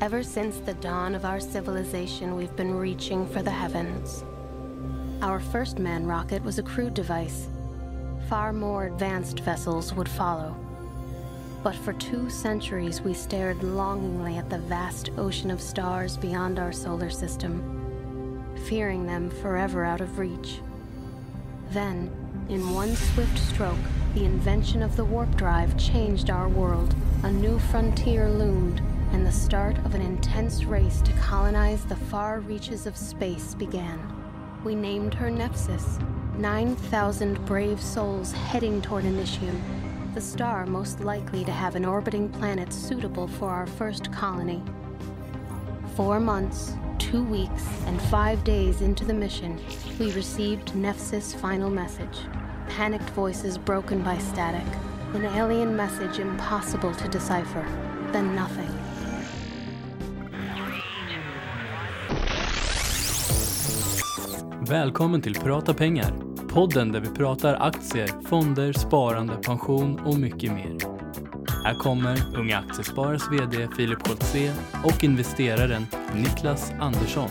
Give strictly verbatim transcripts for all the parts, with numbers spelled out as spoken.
Ever since the dawn of our civilization, we've been reaching for the heavens. Our first man rocket was a crude device. Far more advanced vessels would follow. But for two centuries, we stared longingly at the vast ocean of stars beyond our solar system, fearing them forever out of reach. Then, in one swift stroke, the invention of the warp drive changed our world. A new frontier loomed, and the start of an intense race to colonize the far reaches of space began. We named her Nephthys, nine thousand brave souls heading toward Initium, the star most likely to have an orbiting planet suitable for our first colony. Four months, two weeks, and five days into the mission, we received Nephthys' final message. Panicked voices broken by static, an alien message impossible to decipher, then nothing. Välkommen till Prata pengar, podden där vi pratar aktier, fonder, sparande, pension och mycket mer. Här kommer Unga Aktiesparares vd Filip Scholtze och investeraren Niklas Andersson.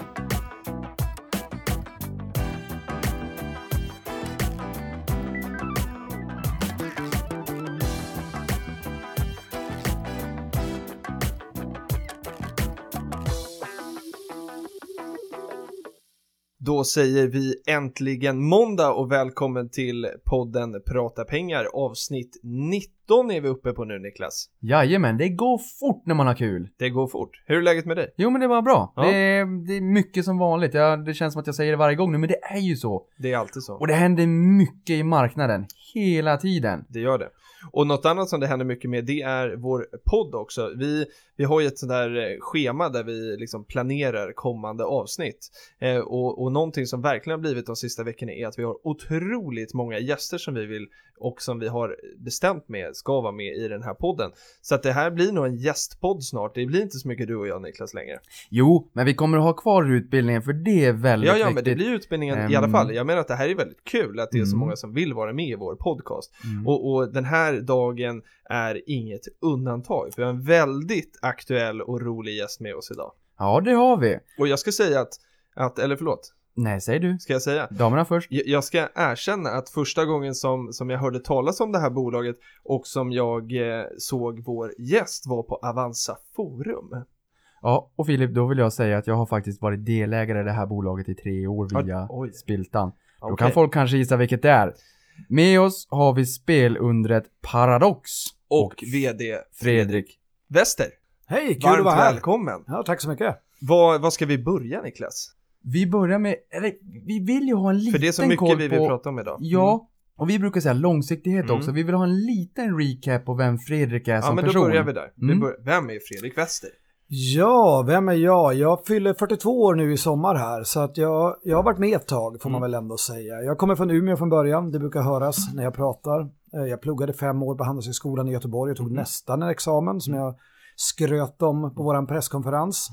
Då säger vi äntligen måndag och välkommen till podden Prata pengar. Avsnitt nitton är vi uppe på nu, Niklas. Jajamän, det går fort när man har kul. Det går fort. Hur är läget med dig? Jo, men det var bra. Ja. Det, är, det är mycket som vanligt. Ja, det känns som att jag säger det varje gång nu, men det är ju så. Det är alltid så. Och det händer mycket i marknaden hela tiden. Det gör det. Och något annat som det händer mycket med, det är vår podd också. Vi, vi har ju ett sånt där schema där vi liksom planerar kommande avsnitt. Eh, och, och någonting som verkligen har blivit de sista veckorna är att vi har otroligt många gäster som vi vill och som vi har bestämt med ska vara med i den här podden. Så att det här blir nog en gästpodd snart. Det blir inte så mycket du och jag, Niklas, längre. Jo, men vi kommer att ha kvar utbildningen för det är väldigt Ja, ja, viktigt. men det blir utbildningen um... i alla fall. Jag menar att det här är väldigt kul att det är så mm. många som vill vara med i vår podcast. Mm. Och, och den här dagen är inget undantag. Vi har en väldigt aktuell och rolig gäst med oss idag. Ja, det har vi. Och jag ska säga att, att eller förlåt. Nej, säg du. Ska jag säga? Damerna först. Jag, jag ska erkänna att första gången som, som jag hörde talas om det här bolaget och som jag eh, såg vår gäst var på Avanza Forum. Ja, och Filip, då vill jag säga att jag har faktiskt varit delägare i det här bolaget i tre år via Oj. Spiltan. Då Okay. kan folk kanske gissa vilket det är. Med oss har vi spelundret Paradox. Och, och vd Fredrik Wester. Hej, kul Varmt att vara här. välkommen. Ja, tack så mycket. Vad, vad ska vi börja, Niklas? Vi börjar med, eller vi vill ju ha en liten För det är så mycket koll vi på, vill prata om idag. Ja, Mm. och vi brukar säga långsiktighet Mm. också. Vi vill ha en liten recap på vem Fredrik är Ja, som men person. då börjar vi där. Mm. Vi börjar, vem är Fredrik Wester? Ja, vem är jag? Jag fyller fyrtiotvå år nu i sommar här, så att jag, jag har varit med ett tag, får man Mm. väl ändå säga. Jag kommer från Umeå från början, det brukar höras när jag pratar. Jag pluggade fem år på Handelshögskolan i Göteborg och tog Mm. nästan en examen som jag skröt om på våran presskonferens.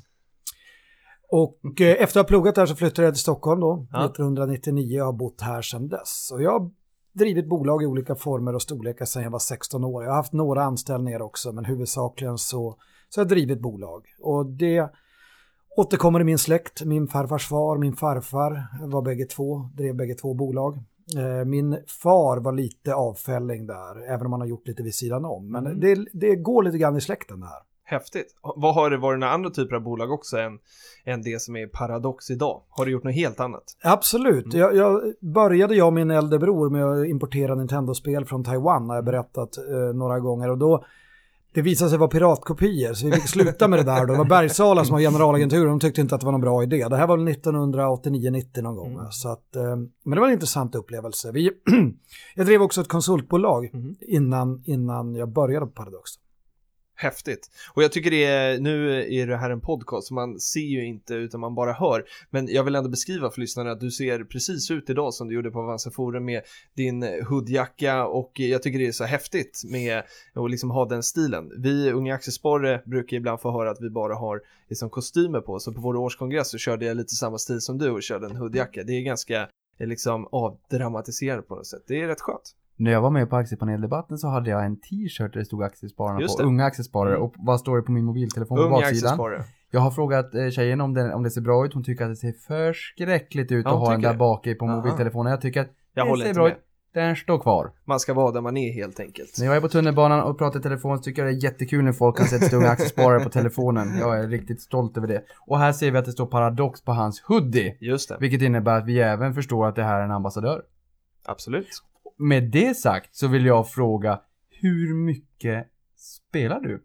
Och eh, efter att ha pluggat där så flyttade jag till Stockholm då, Ja. nittonhundranittionio, och har bott här sedan dess. Och jag har drivit bolag i olika former och storlekar sedan jag var sexton år. Jag har haft några anställningar också, men huvudsakligen så, så har jag drivit bolag. Och det återkommer i min släkt. Min farfars far, min farfar var bägge två, drev bägge två bolag. Eh, min far var lite avfälling där, även om han har gjort lite vid sidan om. Men Mm. det, det går lite grann i släkten det här. Häftigt. Vad har det varit några andra typer av bolag också än, än det som är Paradox idag? Har du gjort något helt annat? Absolut. Mm. Jag, jag började jag och min äldre bror med att importera Nintendo-spel från Taiwan, har jag berättat eh, några gånger. Och då, det visade sig vara piratkopior, så vi fick sluta med det där. Då. Det var Bergsala som var generalagentur, och de tyckte inte att det var någon bra idé. Det här var nittonhundraåttionio nittio någon gång. Mm. Så att, eh, men det var en intressant upplevelse. Vi, jag drev också ett konsultbolag Mm. innan, innan jag började på Paradox. Häftigt. Och jag tycker det är, nu är det här en podcast så man ser ju inte utan man bara hör. Men jag vill ändå beskriva för lyssnarna att du ser precis ut idag som du gjorde på Avanza Forum med din hoodjacka, och jag tycker det är så häftigt med att liksom ha den stilen. Vi unga aktiesparare brukar ibland få höra att vi bara har liksom kostymer på, så på vår årskongress så körde jag lite samma stil som du och körde en hoodjacka. Det är ganska liksom avdramatiserat på något sätt. Det är rätt skönt. När jag var med på aktiepaneldebatten så hade jag en t-shirt där det stod aktiespararna Just på. det. Unga aktiesparare. Mm. Och vad står det på min mobiltelefon på Unga baksidan? aktiesparare. Jag har frågat eh, tjejen om det, om det ser bra ut. Hon tycker att det ser förskräckligt ut Ja, att ha den där det. bak i på Aha. mobiltelefonen. Jag tycker att Jag det håller ser inte bra med. ut. Den står kvar. Man ska vara där man är helt enkelt. När jag är på tunnelbanan och pratar i telefon så tycker jag det är jättekul när folk kan se ett stort aktiesparare på telefonen. Jag är riktigt stolt över det. Och här ser vi att det står Paradox på hans hoodie. Just det. Vilket innebär att vi även förstår att det här är en ambassadör. Absolut. Med det sagt så vill jag fråga, hur mycket spelar du?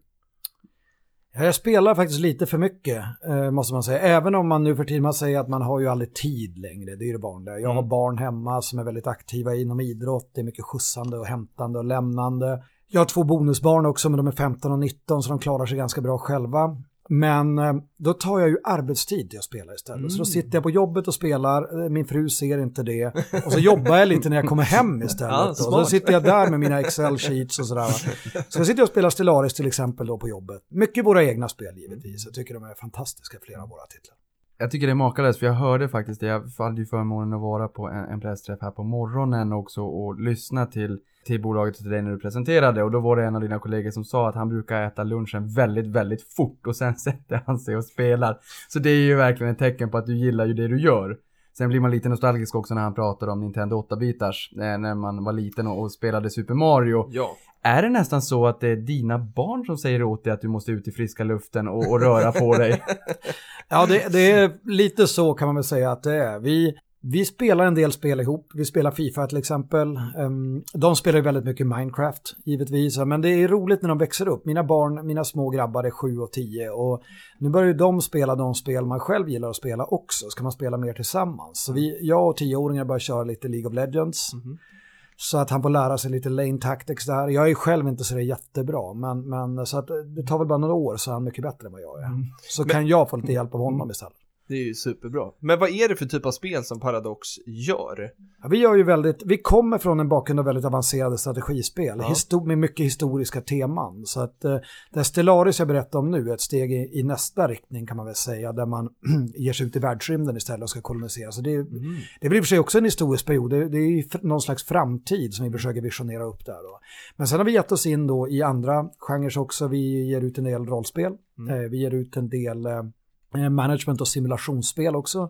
Jag spelar faktiskt lite för mycket, eh, måste man säga. Även om man nu för tiden man säger att man har ju aldrig tid längre. Det är ju det vanliga. Jag har Mm. barn hemma som är väldigt aktiva inom idrott. Det är mycket skjutsande och hämtande och lämnande. Jag har två bonusbarn också, men de är femton och nitton så de klarar sig ganska bra själva. Men eh, då tar jag ju arbetstid till att spela istället. Mm. Så då sitter jag på jobbet och spelar. Eh, Min fru ser inte det. Och så jobbar jag lite när jag kommer hem istället. Ja, då. Så smart. sitter jag där med mina Excel-sheets och sådär. Så jag sitter och spelar Stellaris till exempel då på jobbet. Mycket våra egna spel givetvis. Jag tycker de är fantastiska, flera av våra titlar. Jag tycker det är makalöst, för jag hörde faktiskt det. Jag hade ju förmånen att vara på en, en pressträff här på morgonen också och lyssna till, till bolaget och till dig när du presenterade. Och då var det en av dina kollegor som sa att han brukar äta lunchen väldigt, väldigt fort och sen sätter han sig och spelar. Så det är ju verkligen ett tecken på att du gillar ju det du gör. Sen blir man lite nostalgisk också när han pratar om Nintendo åtta-bitars eh, när man var liten och, och spelade Super Mario. Ja. Är det nästan så att det är dina barn som säger åt dig att du måste ut i friska luften och, och röra på dig? Ja, det, det är lite så kan man väl säga att det är. Vi, vi spelar en del spel ihop. Vi spelar FIFA till exempel. Um, de spelar ju väldigt mycket Minecraft, givetvis. Men det är roligt när de växer upp. Mina barn, mina små grabbar är sju och tio. Och nu börjar ju de spela de spel man själv gillar att spela också. Så kan man spela mer tillsammans. Så vi, jag och tioåringar börjar köra lite League of Legends. Mm-hmm. Så att han får lära sig lite lane tactics där. Jag är själv inte så det är jättebra. Men, men så att det tar väl bara några år så är han mycket bättre än vad jag är. Mm. Så men, kan jag få lite hjälp av honom istället. Det är ju superbra. Men vad är det för typ av spel som Paradox gör? Ja, vi gör ju väldigt, vi kommer från en bakgrund av väldigt avancerade strategispel. Ja. Histor- med mycket historiska teman. Så att eh, det Stellaris jag berättar om nu är ett steg i, i nästa riktning kan man väl säga. Där man ger sig ut i världsrymden istället och ska kolonisera. Så det, mm. det blir i och för sig också en historisk period. Det, det är ju någon slags framtid som vi försöker visionera upp där då. Men sen har vi gett oss in då i andra genrer också. Vi ger ut en del rollspel. Mm. Eh, vi ger ut en del eh, management- och simulationsspel också.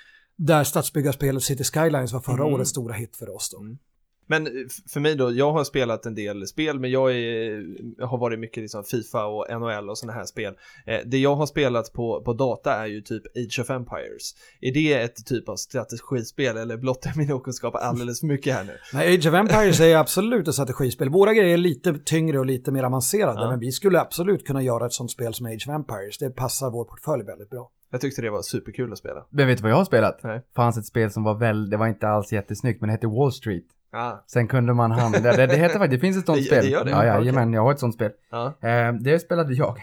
Där stadsbyggarspelet City Skylines var förra mm. årets stora hit för oss då. Mm. Men för mig då, jag har spelat en del spel, men jag, är, jag har varit mycket liksom FIFA och N H L och såna här spel. Eh, det jag har spelat på, på data är ju typ Age of Empires. Är det ett typ av strategispel eller blottar min okunskap alldeles för mycket här nu? Nej, Age of Empires är absolut ett strategispel. Våra grejer är lite tyngre och lite mer avancerade, ja. Men vi skulle absolut kunna göra ett sånt spel som Age of Empires. Det passar vår portfölj väldigt bra. Jag tyckte det var superkul att spela. Men vet du vad jag har spelat? Nej. Fanns ett spel som var väl, det var inte alls jättesnyggt, men det hette Wall Street. Ah. Sen kunde man handla, det, det heter faktiskt, det finns ett sånt det, spel. Det gör det? Ja, ja, okay. men jag har ett sånt spel. Ah. Eh, det spelade jag.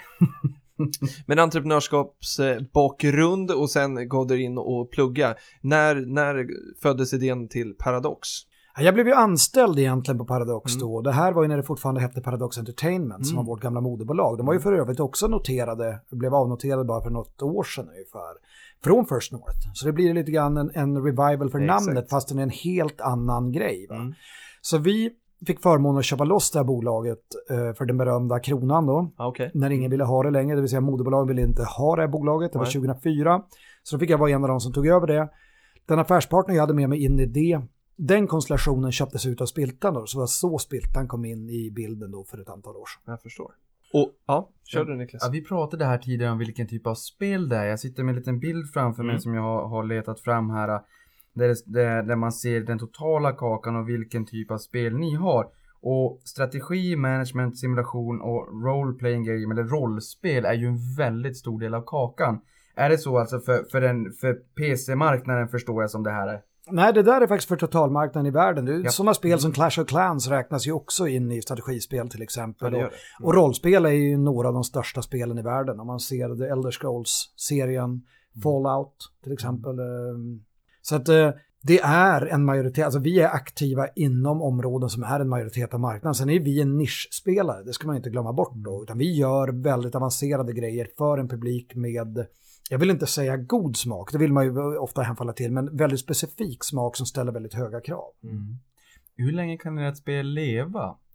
Men entreprenörskapsbakgrund och sen går du in och plugga. När, när föddes idén till Paradox? Jag blev ju anställd egentligen på Paradox mm. då. Det här var ju när det fortfarande hette Paradox Entertainment mm. som var vårt gamla moderbolag. De var ju för övrigt också noterade, blev avnoterade bara för något år sedan ungefär. Från First North. Så det blir lite grann en, en revival för Exakt. namnet fast det är en helt annan grej. Va? Mm. Så vi fick förmånen att köpa loss det här bolaget eh, för den berömda kronan då. Okay. När ingen ville ha det längre, det vill säga moderbolaget ville inte ha det här bolaget. Det var Nej. tjugohundrafyra. Så då fick jag vara en av dem som tog över det. Den affärspartner jag hade med mig in i det, den konstellationen köptes ut av Spiltan då. Så var så Spiltan kom in i bilden då för ett antal år sedan. Jag förstår. Och ja, kör du Niklas. Ja, vi pratade här tidigare om vilken typ av spel det är. Jag sitter med en liten bild framför mm. mig som jag har, har letat fram här. Där, det, där man ser den totala kakan och vilken typ av spel ni har. Och strategi, management, simulation och role-playing game eller rollspel är ju en väldigt stor del av kakan. Är det så alltså för, för, den, för P C-marknaden förstår jag som det här är? Nej, det där är faktiskt för totalmarknaden i världen. Det är ja. Sådana spel som Clash of Clans räknas ju också in i strategispel till exempel. Ja, det och, det. Mm. och rollspel är ju några av de största spelen i världen. Om man ser The Elder Scrolls-serien, mm. Fallout till exempel. Mm. Så att det är en majoritet, alltså vi är aktiva inom områden som är en majoritet av marknaden. Sen är vi en nischspelare, det ska man inte glömma bort då. Utan vi gör väldigt avancerade grejer för en publik med, jag vill inte säga god smak, det vill man ju ofta hemfalla till, men väldigt specifik smak som ställer väldigt höga krav. Mm. Hur länge kan ett spel leva?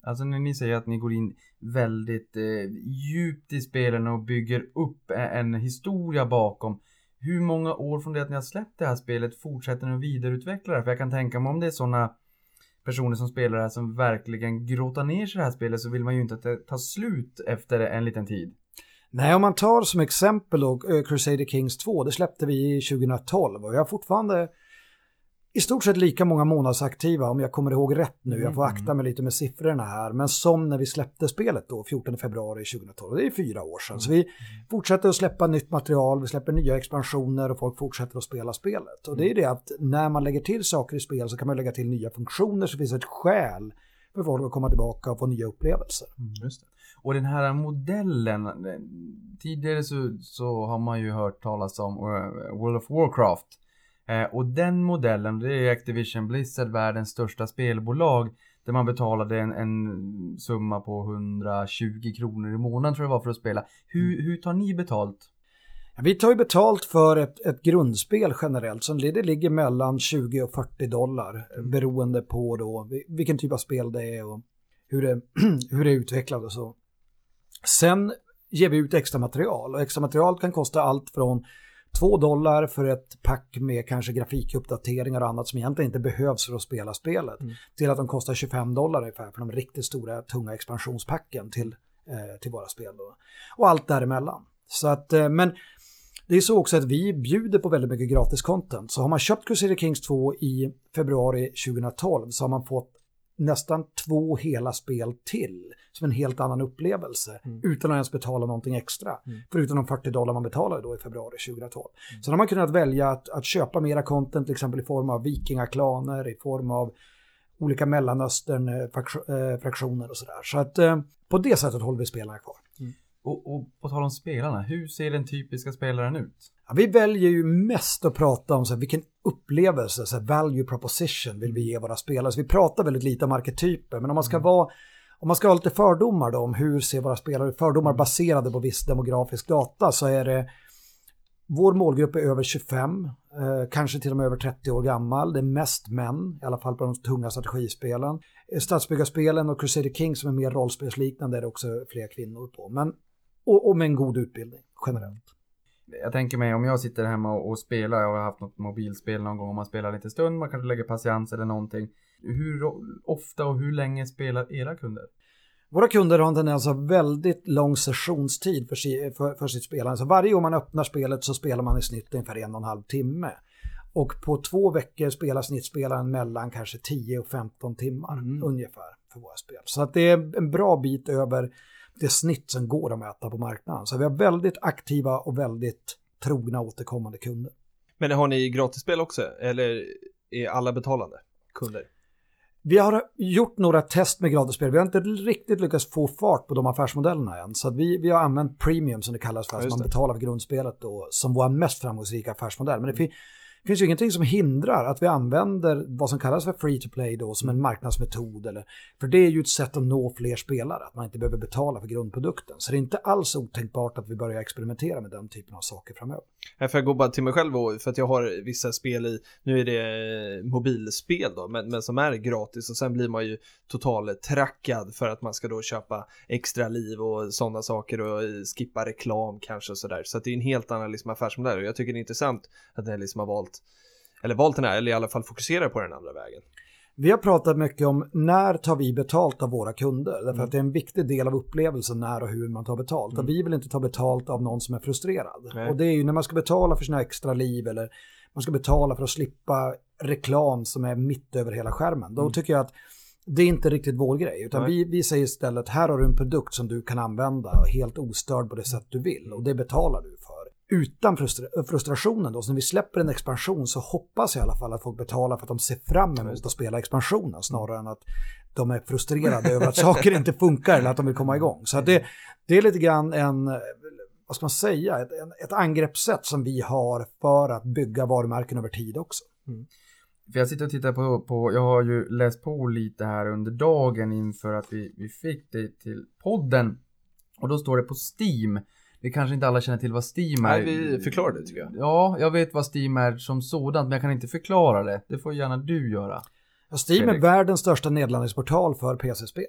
Alltså när ni säger att ni går in väldigt eh, djupt i spelen och bygger upp en historia bakom. Hur många år från det att ni har släppt det här spelet fortsätter ni att vidareutveckla det? För jag kan tänka mig om det är sådana personer som spelar det här som verkligen grottar ner sig i det här spelet, så vill man ju inte att det tar slut efter en liten tid. Nej, om man tar som exempel då, Crusader Kings två, det släppte vi tjugohundratolv och jag har fortfarande i stort sett lika många månadsaktiva, om jag kommer ihåg rätt nu. Jag får akta mig lite med siffrorna här. Men som när vi släppte spelet då, fjortonde februari tjugohundratolv. Det är fyra år sedan. Så vi fortsätter att släppa nytt material, vi släpper nya expansioner och folk fortsätter att spela spelet. Och det är det att när man lägger till saker i spel så kan man lägga till nya funktioner, så finns det ett skäl för folk att komma tillbaka och få nya upplevelser. Mm, just det. Och den här modellen, tidigare så, så har man ju hört talas om uh, World of Warcraft. Eh, och den modellen, det är Activision Blizzard, världens största spelbolag, där man betalade en, en summa på hundratjugo kronor i månaden tror jag var för att spela. Hur, hur tar ni betalt? Ja, vi tar ju betalt för ett, ett grundspel generellt, så det ligger mellan tjugo och fyrtio dollar mm. beroende på då vilken typ av spel det är och hur det, hur det är utvecklat och så. Sen ger vi ut extra material, och extra material kan kosta allt från två dollar för ett pack med kanske grafikuppdateringar och annat som egentligen inte behövs för att spela spelet. Mm. Till att de kostar tjugofem dollar ungefär för de riktigt stora, tunga expansionspacken till, eh, till våra spel. Då. Och allt däremellan. Så att, eh, men det är så också att vi bjuder på väldigt mycket gratis content. Så har man köpt Crusader Kings två i februari tjugohundratolv så har man fått nästan två hela spel till som en helt annan upplevelse mm. utan att ens betala någonting extra. Mm. Förutom de fyrtio dollar man betalade då i februari tjugohundratolv. Mm. Så har man kunnat välja att, att köpa mera content, till exempel i form av vikingaklaner, i form av olika Mellanöstern-fraktioner och sådär. Så att eh, på det sättet håller vi spelarna kvar. Mm. Och, och på tal om spelarna, hur ser den typiska spelaren ut? Ja, vi väljer ju mest att prata om så här, vilken upplevelse, så här, value proposition vill vi ge våra spelare. Så vi pratar väldigt lite om arketyper, men om man ska mm. vara om man ska ha lite fördomar då, om hur ser våra spelare, fördomar baserade på viss demografisk data, så är det vår målgrupp är över tjugofem, eh, kanske till och med över trettio år gammal. Det är mest män, i alla fall på de tunga strategispelen. Stadsbyggarspelen och Crusader Kings som är mer rollspelsliknande är det också fler kvinnor på. Men, och, och med en god utbildning generellt. Jag tänker mig om jag sitter hemma och, och spelar, jag har haft något mobilspel någon gång, om man spelar lite stund, man kanske lägger patiens eller någonting. Hur ofta och hur länge spelar era kunder? Våra kunder har en tendens att ha väldigt lång sessionstid för, si, för, för sitt spelande. Så varje gång man öppnar spelet så spelar man i snitt ungefär en och en halv timme. Och på två veckor spelar snittspelaren mellan kanske tio och femton timmar mm. ungefär för våra spel. Så att det är en bra bit över det snitt som går att mäta på marknaden. Så vi har väldigt aktiva och väldigt trogna återkommande kunder. Men har ni gratisspel också? Eller är alla betalande kunder? Vi har gjort några test med gratisspel. Vi har inte riktigt lyckats få fart på de affärsmodellerna än. Så att vi, vi har använt premium som det kallas för. Ja, som man betalar för grundspelet då, som vår mest framgångsrika affärsmodell. Men det fin- finns ju ingenting som hindrar att vi använder vad som kallas för free to play då, som en marknadsmetod. Eller, för det är ju ett sätt att nå fler spelare. Att man inte behöver betala för grundprodukten. Så det är inte alls otänkbart att vi börjar experimentera med den typen av saker framöver. Jag får gå bara till mig själv och, för att jag har vissa spel i, nu är det mobilspel då, men, men som är gratis, och sen blir man ju totalt trackad för att man ska då köpa extra liv och sådana saker och skippa reklam kanske och sådär. Så att det är en helt annan liksom affärsmodell, och jag tycker det är intressant att ni liksom har valt, eller valt den här, eller i alla fall fokuserar på den andra vägen. Vi har pratat mycket om när tar vi betalt av våra kunder. Därför mm. att det är en viktig del av upplevelsen när och hur man tar betalt. Mm. Och vi vill inte ta betalt av någon som är frustrerad. Nej. Och det är ju när man ska betala för sina extra liv, eller man ska betala för att slippa reklam som är mitt över hela skärmen. Då mm. tycker jag att det är inte riktigt vår grej. Utan vi, vi säger istället, här har du en produkt som du kan använda helt ostörd på det sätt du vill. Och det betalar du för. Utan frustra- frustrationen då, så när vi släpper en expansion så hoppas jag i alla fall att folk betalar för att de ser fram emot att spela expansionen snarare än att de är frustrerade över att saker inte funkar eller att de vill komma igång. Så att det, det är lite grann en, vad ska man säga, ett, ett angreppssätt som vi har för att bygga varumärken över tid också. Mm. För jag sitter och tittar på, på, jag har ju läst på lite här under dagen inför att vi, vi fick det till podden, och då står det på Steam. Det kanske inte alla känner till vad Steam är. Nej, vi förklarar det tycker jag. Ja, jag vet vad Steam är som sådant, men jag kan inte förklara det. Det får gärna du göra. Ja, Steam Fredrik. Är världens största nedladdningsportal för P C-spel.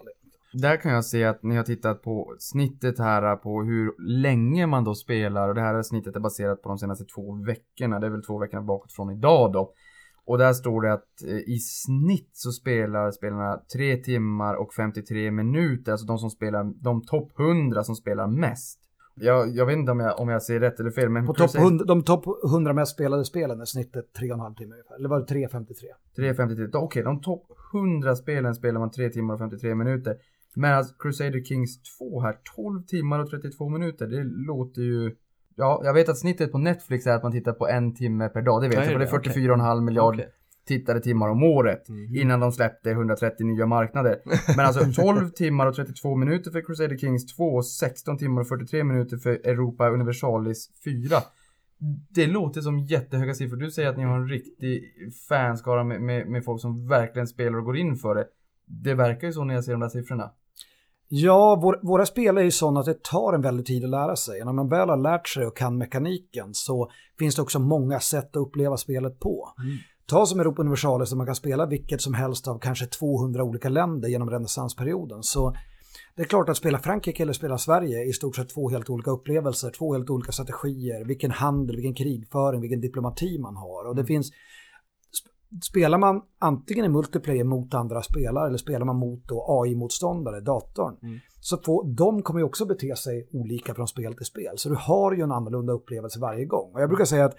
Där kan jag se att ni har tittat på snittet här på hur länge man då spelar. Och det här snittet är baserat på de senaste två veckorna. Det är väl två veckor bakåt från idag då. Och där står det att eh, i snitt så spelar spelarna tre timmar och femtiotre minuter. Alltså de som spelar, de topp hundra som spelar mest. Jag, jag vet inte om jag, om jag ser rätt eller fel. Men på topp hundra, de topp hundra mest spelade spelen är snittet tre och en halv timme ungefär. Eller var det tre femtiotre? tre femtiotre. Okej, okay, de topp hundra spelen spelar man tre timmar och femtiotre minuter. Men alltså Crusader Kings två här, tolv timmar och trettiotvå minuter. Det låter ju... Ja, jag vet att snittet på Netflix är att man tittar på en timme per dag. Det vet jag, för det är fyrtiofyra komma fem miljard okay. tittade timmar om året. Mm. Innan de släppte hundratrettio nya marknader. Men alltså tolv timmar och trettiotvå minuter för Crusader Kings två och sexton timmar och fyrtiotre minuter för Europa Universalis fyra. Det låter som jättehöga siffror. Du säger att ni har en riktig fanskara med, med, med folk som verkligen spelar och går in för det. Det verkar ju så när jag ser de där siffrorna. Ja, vår, våra spel är ju sådana att det tar en väldigt tid att lära sig. När man väl har lärt sig och kan mekaniken så finns det också många sätt att uppleva spelet på. Mm. Ta som Europa Universalis så man kan spela vilket som helst av kanske tvåhundra olika länder genom renässansperioden. Så det är klart att spela Frankrike eller spela Sverige är i stort sett två helt olika upplevelser, två helt olika strategier, vilken handel, vilken krigföring, vilken diplomati man har. Och det mm. finns... Spelar man antingen i multiplayer mot andra spelare eller spelar man mot då A I-motståndare, datorn, mm. så får, de kommer ju också bete sig olika från spel till spel. Så du har ju en annorlunda upplevelse varje gång. Och jag brukar säga att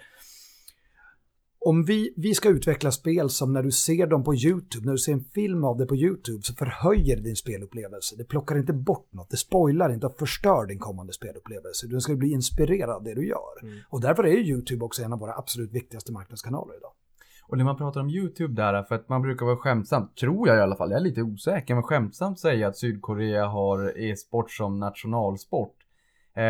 om vi, vi ska utveckla spel som när du ser dem på YouTube, när du ser en film av det på YouTube så förhöjer din spelupplevelse. Det plockar inte bort något, det spoilar inte och förstör din kommande spelupplevelse. Du ska bli inspirerad av det du gör. Mm. Och därför är YouTube också en av våra absolut viktigaste marknadskanaler idag. Och när man pratar om YouTube där, för att man brukar vara skämtsamt, tror jag i alla fall, jag är lite osäker, men skämtsamt säga att Sydkorea har e-sport som nationalsport. Eh,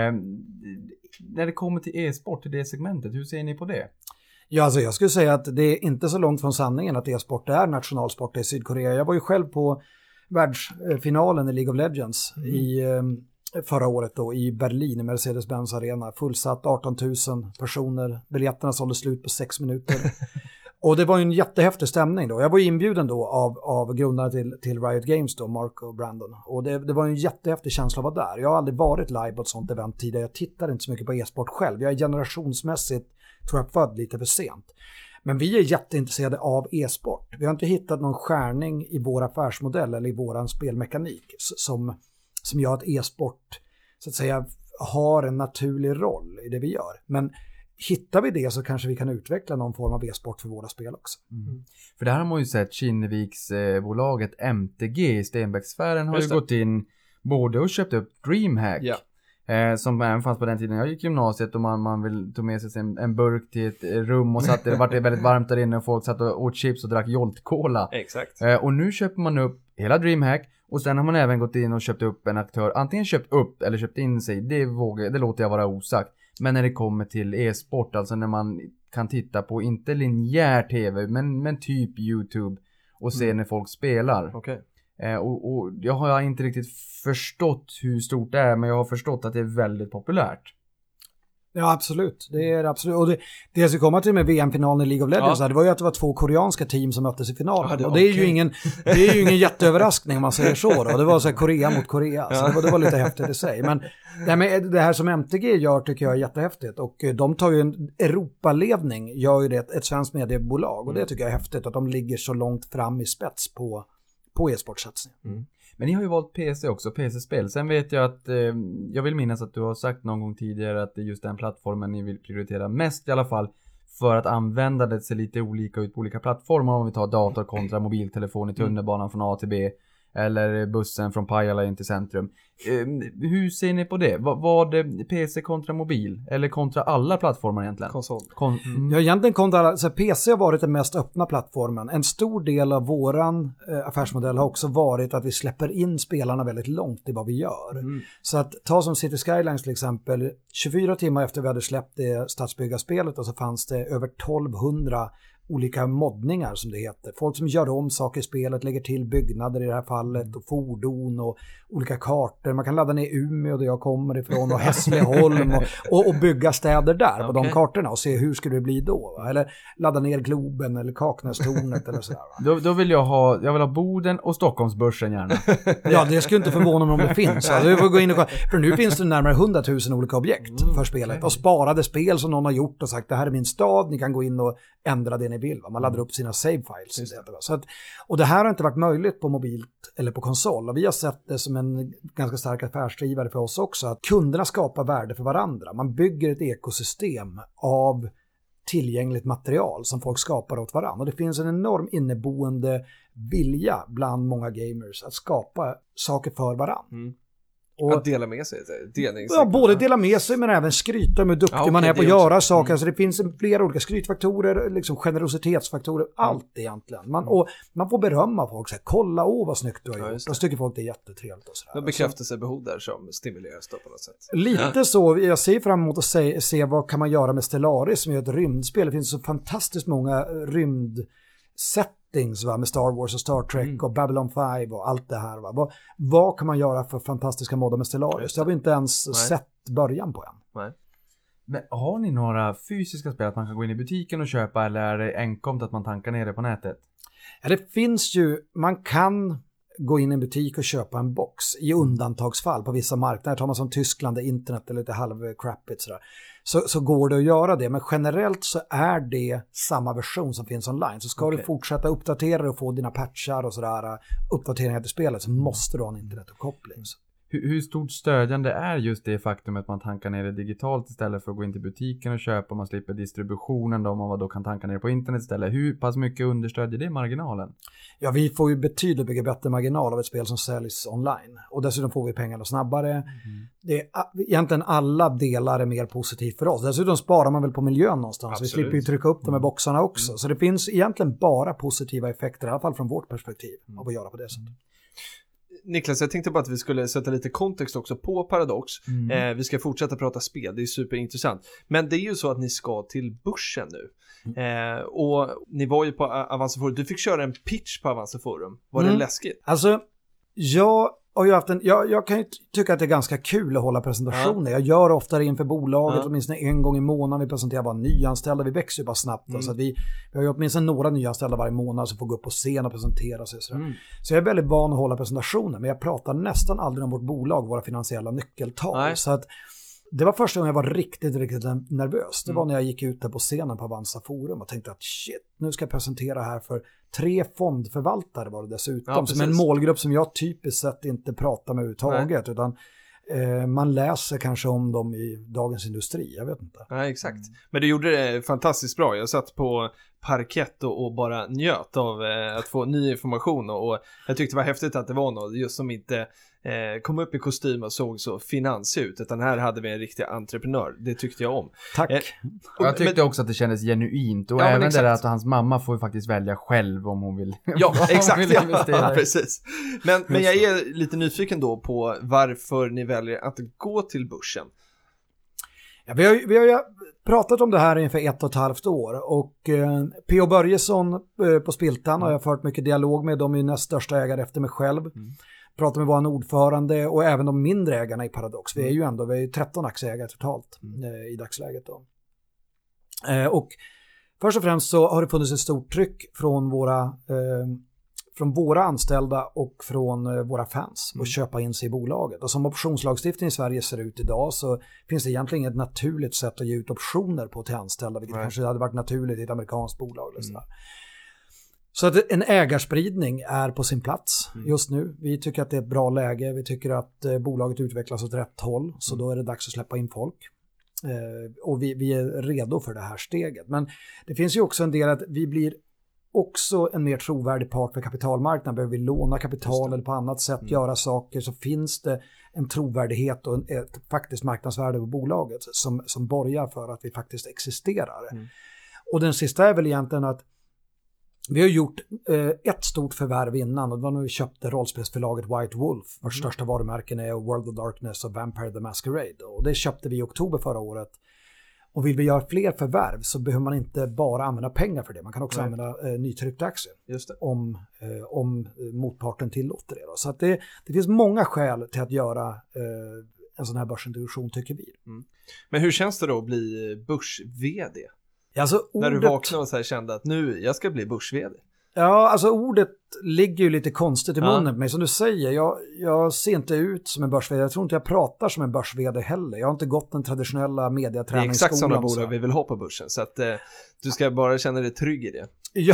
när det kommer till e-sport i det segmentet, hur ser ni på det? Ja, alltså jag skulle säga att det är inte så långt från sanningen att e-sport är nationalsport i Sydkorea. Jag var ju själv på världsfinalen i League of Legends mm. i eh, förra året då i Berlin i Mercedes-Benz Arena. Fullsatt arton tusen personer, biljetterna sålde slut på sex minuter. Och det var ju en jättehäftig stämning då. Jag var inbjuden då av, av grundarna till, till Riot Games då, Mark och Brandon. Och det, det var en jättehäftig känsla att vara där. Jag har aldrig varit live på ett sånt event tidigare. Jag tittar inte så mycket på e-sport själv. Jag är generationsmässigt, tror jag, född lite för sent. Men vi är jätteintresserade av e-sport. Vi har inte hittat någon skärning i vår affärsmodell eller i våran spelmekanik som, som gör att e-sport så att säga har en naturlig roll i det vi gör. Men hittar vi det så kanske vi kan utveckla någon form av e-sport för våra spel också. Mm. För det här har man ju sett, Kinneviks eh, bolaget M T G i Stenbecksfären har ju gått in både och köpt upp DreamHack. Ja. Eh, som även fanns på den tiden jag gick i gymnasiet och man, man vill ta med sig en, en burk till ett rum och satt, det var väldigt varmt där inne och folk satt och åt chips och drack Jolt-cola. Exakt. Eh, och nu köper man upp hela DreamHack och sen har man även gått in och köpt upp en aktör, antingen köpt upp eller köpt in sig, det, vågar, det låter jag vara osagt. Men när det kommer till e-sport, alltså när man kan titta på inte linjär tv men, men typ YouTube och se mm. när folk spelar. Okay. Eh, och, och jag har inte riktigt förstått hur stort det är, men jag har förstått att det är väldigt populärt. Ja, absolut. Det är absolut. Och det, det jag ska komma till med V M-finalen i League of Legends, ja. det var ju att det var två koreanska team som möttes i finalen. Ja, det, och det är, okay. ju ingen, det är ju ingen jätteöverraskning om man säger så. Då. Det var så här Korea mot Korea. Ja. Så det var, det var lite häftigt i sig. Men det här, med, det här som M T G gör tycker jag är jättehäftigt. Och de tar ju en Europaledning, gör ju det ett, ett svenskt mediebolag. Och det tycker jag är häftigt att de ligger så långt fram i spets på, på e-sportsatsningen. Mm. Men ni har ju valt P C också, P C-spel. Sen vet jag att, eh, jag vill minnas att du har sagt någon gång tidigare att det är just den plattformen ni vill prioritera mest i alla fall. För att använda det ser lite olika ut på olika plattformar. Om vi tar dator kontra mobiltelefon i tunnelbanan från A till B. Eller bussen från Pajala in till centrum. Eh, hur ser ni på det? Var, var det P C kontra mobil? Eller kontra alla plattformar egentligen? Konsol. Kon- mm. Ja, egentligen kontra alla. Så P C har varit den mest öppna plattformen. En stor del av våran eh, affärsmodell har också varit att vi släpper in spelarna väldigt långt i vad vi gör. Mm. Så att ta som City Skylines till exempel. tjugofyra timmar efter vi hade släppt det stadsbyggarspelet och så fanns det över tolvhundra olika moddningar som det heter. Folk som gör om saker i spelet, lägger till byggnader i det här fallet och fordon och olika kartor. Man kan ladda ner Umeå där jag kommer ifrån och Hässleholm och, och, och bygga städer där okay. på de kartorna och se hur skulle det bli då. Va? Eller ladda ner Globen eller Kaknästornet eller sådär. Va? Då, då vill jag ha, jag vill ha Boden och Stockholmsbörsen gärna. Ja, det skulle inte förvåna mig om det finns. Alltså, får gå in och, för nu finns det närmare hundratusen olika objekt mm, för spelet. Okay. Och sparade spel som någon har gjort och sagt det här är min stad, ni kan gå in och ändra det ni vill. Va? Man laddar upp sina save files. Det. Så att, och det här har inte varit möjligt på mobilt eller på konsol. Och vi har sett det som en ganska stark affärsdrivare för oss också. Att kunderna skapar värde för varandra. Man bygger ett ekosystem av tillgängligt material som folk skapar åt varandra. Och det finns en enorm inneboende vilja bland många gamers att skapa saker för varandra. Mm. Och att dela med sig. Ja, både dela med sig men även skryta med hur duktig ja, okay, man är på att göra också. Saker. Mm. Så det finns flera olika skrytfaktorer, liksom generositetsfaktorer, mm. allt egentligen. Man, och man får berömma folk. Så här, kolla, åh vad snyggt du har ja, gjort. Då tycker folk det är jättetrevligt. Och så där. Bekräftelsebehov där som stimuleras då på något sätt. Lite ja. Så. Jag ser fram emot att se, se vad kan man göra med Stellaris som är ett rymdspel. Det finns så fantastiskt många rymdsätt va, med Star Wars och Star Trek mm. och Babylon fem och allt det här. Va? Vad, vad kan man göra för fantastiska moddar med Stellaris? Det har vi inte ens Nej. Sett början på än. Nej. Men har ni några fysiska spel att man kan gå in i butiken och köpa eller är det enkomt att man tankar ner det på nätet? Ja, det finns ju, man kan gå in i en butik och köpa en box i undantagsfall på vissa marknader. Tar man som Tyskland där internet är lite halvcrappigt sådär. Så, så går det att göra det. Men generellt så är det samma version som finns online. Så ska okay. du fortsätta uppdatera och få dina patchar och sådär uppdateringar till spelet så måste du ha en internetuppkoppling. Hur, hur stort stödjande är just det faktum att man tankar ner det digitalt istället för att gå in till butiken och köpa? Man slipper distributionen då, om man då kan tanka ner på internet istället. Hur pass mycket understödjer det marginalen? Ja, vi får ju betydligt mycket bättre marginal av ett spel som säljs online. Och dessutom får vi pengarna snabbare. Mm. Det är, egentligen alla delar är mer positivt för oss. Dessutom sparar man väl på miljön någonstans. Absolut. Vi slipper ju trycka upp de här boxarna också. Mm. Så det finns egentligen bara positiva effekter, i alla fall från vårt perspektiv, mm. av att göra på det sättet. Niklas, jag tänkte bara att vi skulle sätta lite kontext också på Paradox. Mm. Eh, vi ska fortsätta prata spel, det är superintressant. Men det är ju så att ni ska till börsen nu. Mm. Eh, och ni var ju på Avanza Forum. Du fick köra en pitch på Avanza Forum. Var mm. det läskigt? Alltså, jag har ju haft en, jag, jag kan ju tycka att det är ganska kul att hålla presentationer. Ja. Jag gör oftare inför bolaget, ja. åtminstone en gång i månaden. Vi presenterar bara nyanställda, vi växer ju bara snabbt. Mm. Så att vi, vi har ju åtminstone några nyanställda varje månad som får gå upp på scen och presentera sig. Så, mm. så jag är väldigt van att hålla presentationer, men jag pratar nästan aldrig om vårt bolag, våra finansiella nyckeltal. Nej. Så att det var första gången jag var riktigt, riktigt nervös. Det var mm. när jag gick ut där på scenen på Avanza Forum och tänkte att shit, nu ska jag presentera här för tre fondförvaltare var det dessutom. Ja, som en målgrupp som jag typiskt sett inte pratar med överhuvudtaget. Nej. Utan eh, man läser kanske om dem i Dagens Industri, jag vet inte. Ja, exakt. Mm. Men du gjorde det fantastiskt bra. Jag satt på parkett och, och bara njöt av eh, att få ny information och, och jag tyckte det var häftigt att det var något just som inte eh, kom upp i kostym och såg så finans ut, utan här hade vi en riktig entreprenör. Det tyckte jag om. Tack. Eh, och jag tyckte men, också att det kändes genuint och ja, även det där att hans mamma får ju faktiskt välja själv om hon vill. Ja, exakt. Vill ja, precis. Men, men jag är lite nyfiken då på varför ni väljer att gå till börsen. Ja, vi, har, vi har pratat om det här inför ett och ett halvt år och eh, P O Börjesson eh, på Spiltan mm. har jag fört mycket dialog med. De är näst största ägare efter mig själv. Mm. Pratar med vår ordförande och även de mindre ägarna i Paradox. Vi är ju ändå vi är tretton aktieägare totalt mm. eh, i dagsläget. Då. Eh, och först och främst så har det funnits ett stort tryck från våra eh, från våra anställda och från eh, våra fans mm. att köpa in sig i bolaget. Och som optionslagstiftningen i Sverige ser ut idag så finns det egentligen inget naturligt sätt att ge ut optioner på till anställda, vilket Nej. kanske hade varit naturligt i ett amerikanskt bolag. Eller mm. Så att en ägarspridning är på sin plats mm. just nu. Vi tycker att det är ett bra läge. Vi tycker att eh, bolaget utvecklas åt rätt håll. Så mm. då är det dags att släppa in folk. Eh, och vi, vi är redo för det här steget. Men det finns ju också en del att vi blir också en mer trovärdig part för kapitalmarknaden. Behöver vi låna kapital eller på annat sätt mm. göra saker, så finns det en trovärdighet och en, ett faktiskt marknadsvärde på bolaget som, som borgar för att vi faktiskt existerar. Mm. Och den sista är väl egentligen att vi har gjort eh, ett stort förvärv innan, och det var när vi köpte rollspelsförlaget White Wolf. Vårt mm. största varumärken är World of Darkness och Vampire the Masquerade. Och det köpte vi i oktober förra året. Och vill vi göra fler förvärv så behöver man inte bara använda pengar för det. Man kan också Nej. använda eh, nytryckta aktier. Just det. Om, eh, om motparten tillåter det. Då. Så att det, det finns många skäl till att göra eh, en sån här börsintroduktion tycker vi. Mm. Men hur känns det då att bli börs-vd? Alltså, När ordet... du vaknade och så här kände att nu, jag ska bli börs-vd. Ja, alltså ordet ligger ju lite konstigt i munnen ja. på mig. Som du säger, jag, jag ser inte ut som en börs-vd. Jag tror inte jag pratar som en börs-vd heller. Jag har inte gått den traditionella mediaträningsskolan. Det är exakt sådana bolag vi vill ha på börsen. Så att eh, du ska bara känna dig trygg i det. Ja,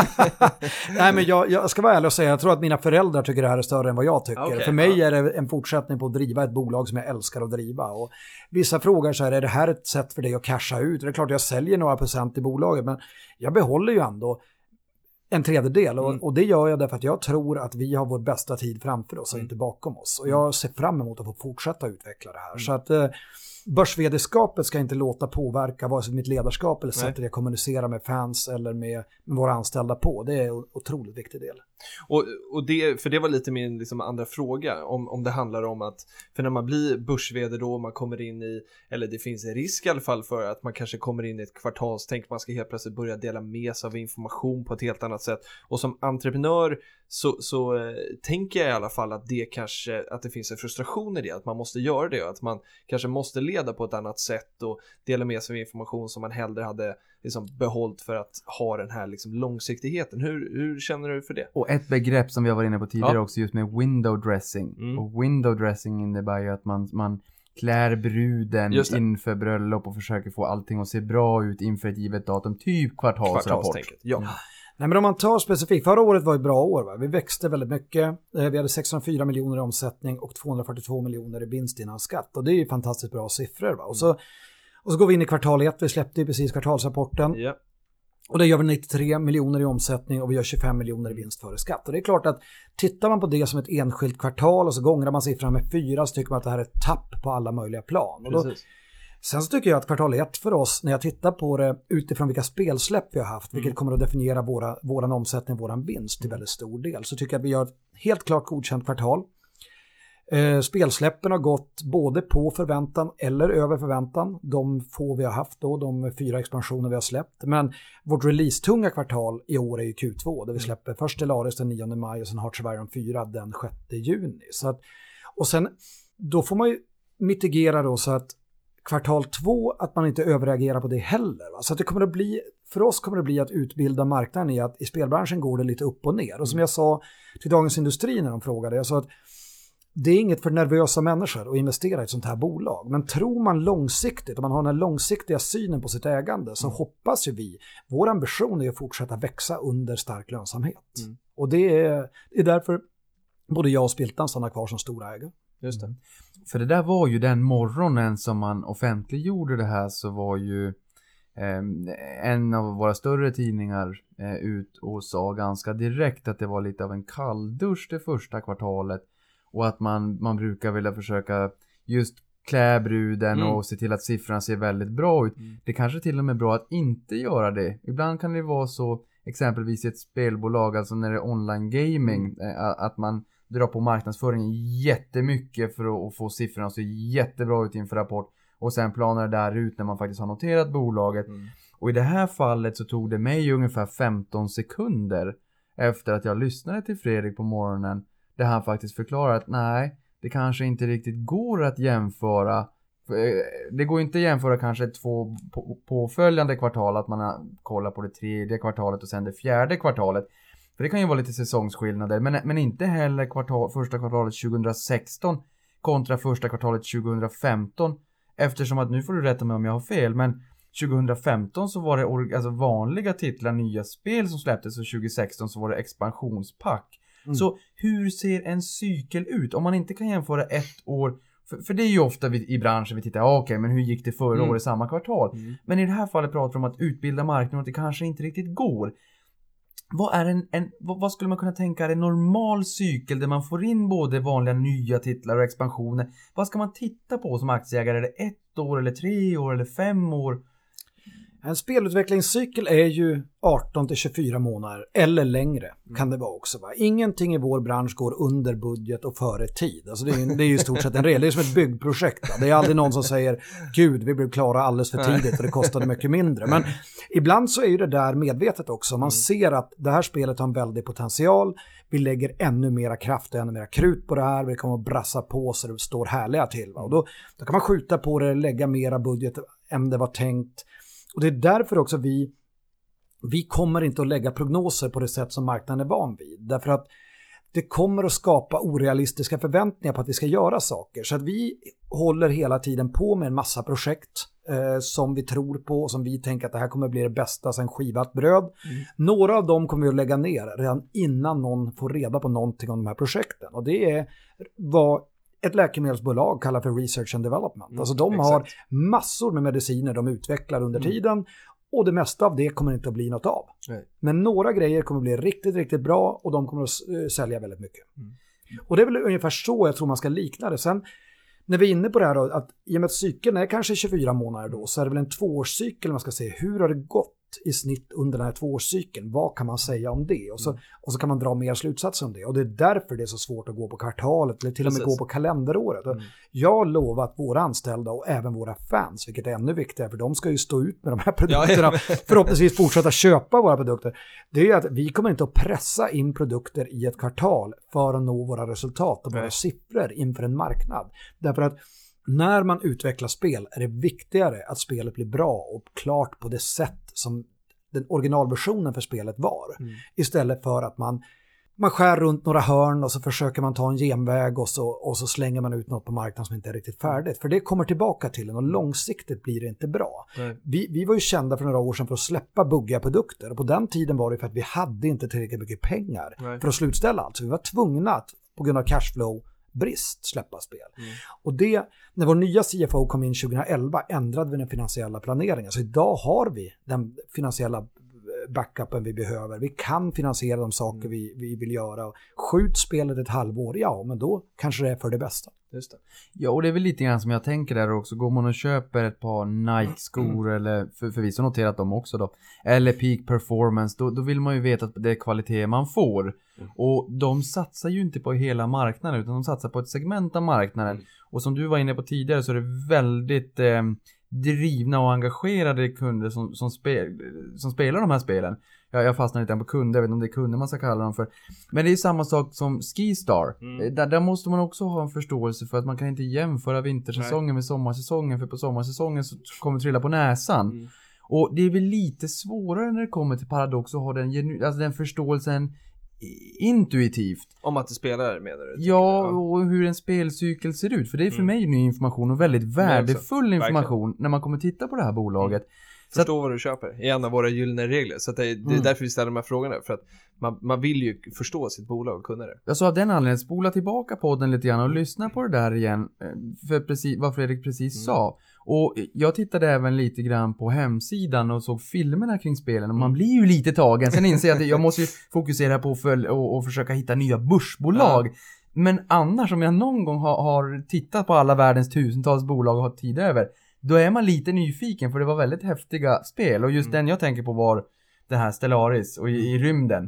nej men jag, jag ska vara ärlig och säga, jag tror att mina föräldrar tycker det här är större än vad jag tycker. Okay, För mig ja. är det en fortsättning på att driva ett bolag som jag älskar att driva. Och vissa frågar så här, är det här ett sätt för dig att casha ut? Det är klart jag säljer några procent i bolaget, men jag behåller ju ändå en tredjedel och, mm. och det gör jag därför att jag tror att vi har vår bästa tid framför oss och mm. inte bakom oss. Och jag ser fram emot att få fortsätta utveckla det här. Mm. Så att eh, börs-vd-skapet ska inte låta påverka vare sig mitt ledarskap eller sättet jag kommunicerar med fans eller med, med våra anställda på. Det är en otroligt viktig del. Och, och det, för det var lite min liksom, andra fråga om, om det handlar om att, för när man blir börs-vd då, man kommer in i, eller det finns en risk i alla fall för att man kanske kommer in i ett kvartalstänk, man ska helt plötsligt börja dela med sig av information på ett helt annat sätt. Och som entreprenör så, så eh, tänker jag i alla fall att det kanske, att det finns en frustration i det, att man måste göra det och att man kanske måste leda på ett annat sätt och dela med sig av information som man hellre hade liksom behållit för att ha den här liksom långsiktigheten. Hur, hur känner du för det? Och ett begrepp som vi har varit inne på tidigare ja. också just med window dressing. Mm. Och window dressing innebär ju att man, man klär bruden inför bröllop och försöker få allting att se bra ut inför ett givet datum. Typ kvartalsrapport. Ja. Ja. Nej, men om man tar specifikt, förra året var ett bra år. Va? Vi växte väldigt mycket. Vi hade sexhundrafyra miljoner i omsättning och tvåhundrafyrtiotvå miljoner i vinst innan skatt. Och det är ju fantastiskt bra siffror. Va? Och, så, och så går vi in i kvartal ett. Vi släppte ju precis kvartalsrapporten. Yeah. Och det gör vi nittiotre miljoner i omsättning och vi gör tjugofem miljoner i vinst före skatt. Och det är klart att tittar man på det som ett enskilt kvartal och så gångrar man siffran med fyra så tycker man att det här är ett tapp på alla möjliga plan. Och då, sen så tycker jag att kvartal ett för oss, när jag tittar på det utifrån vilka spelsläpp vi har haft, vilket mm. kommer att definiera våra, våran omsättning, våran vinst till väldigt stor del, så tycker jag att vi gör ett helt klart godkänt kvartal. Eh, spelsläppen har gått både på förväntan eller över förväntan. De få vi har haft då, de fyra expansioner vi har släppt. Men vårt release-tunga kvartal i år är ju Q två, där vi släpper först Stellaris den nionde maj och sen Hearts of Iron fyra den sjätte juni. Så att, och sen, då får man ju mitigera då så att kvartal två, att man inte överreagerar på det heller. Va? Så att det kommer att bli, för oss kommer det bli att utbilda marknaden i att i spelbranschen går det lite upp och ner. Och som jag sa till Dagens Industri när de frågade, jag sa att det är inget för nervösa människor att investera i ett sånt här bolag. Men tror man långsiktigt, om man har den långsiktiga synen på sitt ägande, så mm. hoppas ju vi, vår ambition är att fortsätta växa under stark lönsamhet. Mm. Och det är, det är därför både jag och Spiltan stannar kvar som stora ägare. Just det. Mm. För det där var ju den morgonen som man offentliggjorde det här, så var ju eh, en av våra större tidningar eh, ut och sa ganska direkt att det var lite av en kalldusch det första kvartalet. Och att man, man brukar vilja försöka just klä bruden mm. och se till att siffrorna ser väldigt bra ut. Mm. Det kanske till och med är bra att inte göra det. Ibland kan det vara så, exempelvis i ett spelbolag, alltså när det är online gaming, mm. att man drar på marknadsföringen jättemycket för att få siffrorna att se jättebra ut inför rapport. Och sen planar det där ut när man faktiskt har noterat bolaget. Mm. Och i det här fallet så tog det mig ungefär femton sekunder efter att jag lyssnade till Fredrik på morgonen, där han faktiskt förklarar att nej, det kanske inte riktigt går att jämföra. Det går inte att jämföra kanske två påföljande kvartal, att man kollar på det tredje kvartalet och sen det fjärde kvartalet. För det kan ju vara lite säsongsskillnader, men, men inte heller kvartal, första kvartalet tjugohundrasexton kontra första kvartalet tjugohundrafemton. Eftersom att, nu får du rätta mig om jag har fel, men tjugohundrafemton så var det alltså vanliga titlar, nya spel som släpptes, och tjugohundrasexton så var det expansionspack. Mm. Så hur ser en cykel ut? Om man inte kan jämföra ett år, för, för det är ju ofta vi, i branschen vi tittar, okej, okay, men hur gick det förra mm. året i samma kvartal? Mm. Men i det här fallet pratar vi om att utbilda marknaden och att det kanske inte riktigt går. Vad, är en, en, vad, vad skulle man kunna tänka är en normal cykel där man får in både vanliga nya titlar och expansioner? Vad ska man titta på som aktieägare? Är det ett år eller tre år eller fem år? En spelutvecklingscykel är ju arton till tjugofyra månader eller längre kan det vara också. Va? Ingenting i vår bransch går under budget och före tid. Alltså det, är, det är ju i stort sett en regel. Det är som ett byggprojekt. Va? Det är aldrig någon som säger gud, vi blev klara alldeles för tidigt och det kostade mycket mindre. Men ibland så är ju det där medvetet också. Man ser att det här spelet har en väldig potential. Vi lägger ännu mera kraft och ännu mera krut på det här. Vi kommer att brassa på så det står härliga till. Va? Och då, då kan man skjuta på det, lägga mera budget än det var tänkt. Och det är därför också vi, vi kommer inte att lägga prognoser på det sätt som marknaden är van vid. Därför att det kommer att skapa orealistiska förväntningar på att vi ska göra saker. Så att vi håller hela tiden på med en massa projekt eh, som vi tror på och som vi tänker att det här kommer bli det bästa sen skivat bröd. Mm. Några av dem kommer vi att lägga ner redan innan någon får reda på någonting om de här projekten. Och det är vad ett läkemedelsbolag kallar för research and development. Mm, alltså de exakt. Har massor med mediciner de utvecklar under mm. tiden och det mesta av det kommer inte att bli något av. Nej. Men några grejer kommer att bli riktigt, riktigt bra och de kommer att uh, sälja väldigt mycket. Mm. Och det är väl ungefär så jag tror man ska likna det. Sen när vi är inne på det här då, att i och med att cykeln är kanske tjugofyra månader då, så är det väl en tvåårscykel man ska se. Hur har det gått i snitt under den här tvåårscykeln? Vad kan man säga om det? Och så, mm. och så kan man dra mer slutsatser om det. Och det är därför det är så svårt att gå på kvartalet eller till och med Precis. Gå på kalenderåret. Mm. Jag lovar att våra anställda och även våra fans, vilket är ännu viktigare för de ska ju stå ut med de här produkterna, ja, ja. förhoppningsvis fortsätta köpa våra produkter. Det är att vi kommer inte att pressa in produkter i ett kvartal för att nå våra resultat och våra Nej. Siffror inför en marknad. Därför att när man utvecklar spel är det viktigare att spelet blir bra och klart på det sätt som den originalversionen för spelet var. Mm. Istället för att man, man skär runt några hörn och så försöker man ta en genväg och så, och så slänger man ut något på marknaden som inte är riktigt färdigt. För det kommer tillbaka till en och långsiktigt blir det inte bra. Mm. Vi, vi var ju kända för några år sedan för att släppa buggiga produkter och på den tiden var det för att vi hade inte tillräckligt mycket pengar mm. för att slutställa allt. Så vi var tvungna att på grund av cashflow brist släppa spel. Mm. Och det, när vår nya C F O kom in tjugoelva ändrade vi den finansiella planeringen. Så idag har vi den finansiella backupen vi behöver. Vi kan finansiera de saker mm. vi, vi vill göra. Skjut spelet ett halvår, ja, men då kanske det är för det bästa. Just det. Ja, och det är väl lite grann som jag tänker där också. Går man och köper ett par Nike-skor mm. eller för, förvisso noterat dem också då. Eller Peak Performance, då, då vill man ju veta att det är kvalitet man får. Mm. Och de satsar ju inte på hela marknaden utan de satsar på ett segment av marknaden. Mm. Och som du var inne på tidigare så är det väldigt eh, drivna och engagerade kunder som, som, spel, som spelar de här spelen. Jag, jag fastnar lite på kunder, jag vet inte om det är kunder man ska kalla dem för. Men det är samma sak som Skistar. Mm. Där, där måste man också ha en förståelse för att man kan inte jämföra vintersäsongen Nej. Med sommarsäsongen. För på sommarsäsongen så kommer det trilla på näsan. Mm. Och det är väl lite svårare när det kommer till Paradox att ha den, genu- alltså den förståelsen intuitivt. Om att du spelar med det. Ja, och hur en spelcykel ser ut. För det är för mm. mig ny information och väldigt värdefull information när man kommer titta på det här bolaget. Mm. Förstå att, vad du köper i en av våra gyllene regler. Så att det, är, det är mm. därför vi ställer de här frågorna. För att man, man vill ju förstå sitt bolag och kunna det. Jag sa av den anledningen, spola tillbaka podden lite grann och lyssna på det där igen. För precis, vad Fredrik precis mm. sa. Och jag tittade även lite grann på hemsidan och såg filmerna kring spelen. Och man blir ju lite tagen. Sen inser jag att jag måste ju fokusera på för, och, och försöka hitta nya börsbolag. Ja. Men annars, om jag någon gång har, har tittat på alla världens tusentals bolag och har tid över, då är man lite nyfiken, för det var väldigt häftiga spel. Och just mm. den jag tänker på var det här Stellaris och i, i rymden.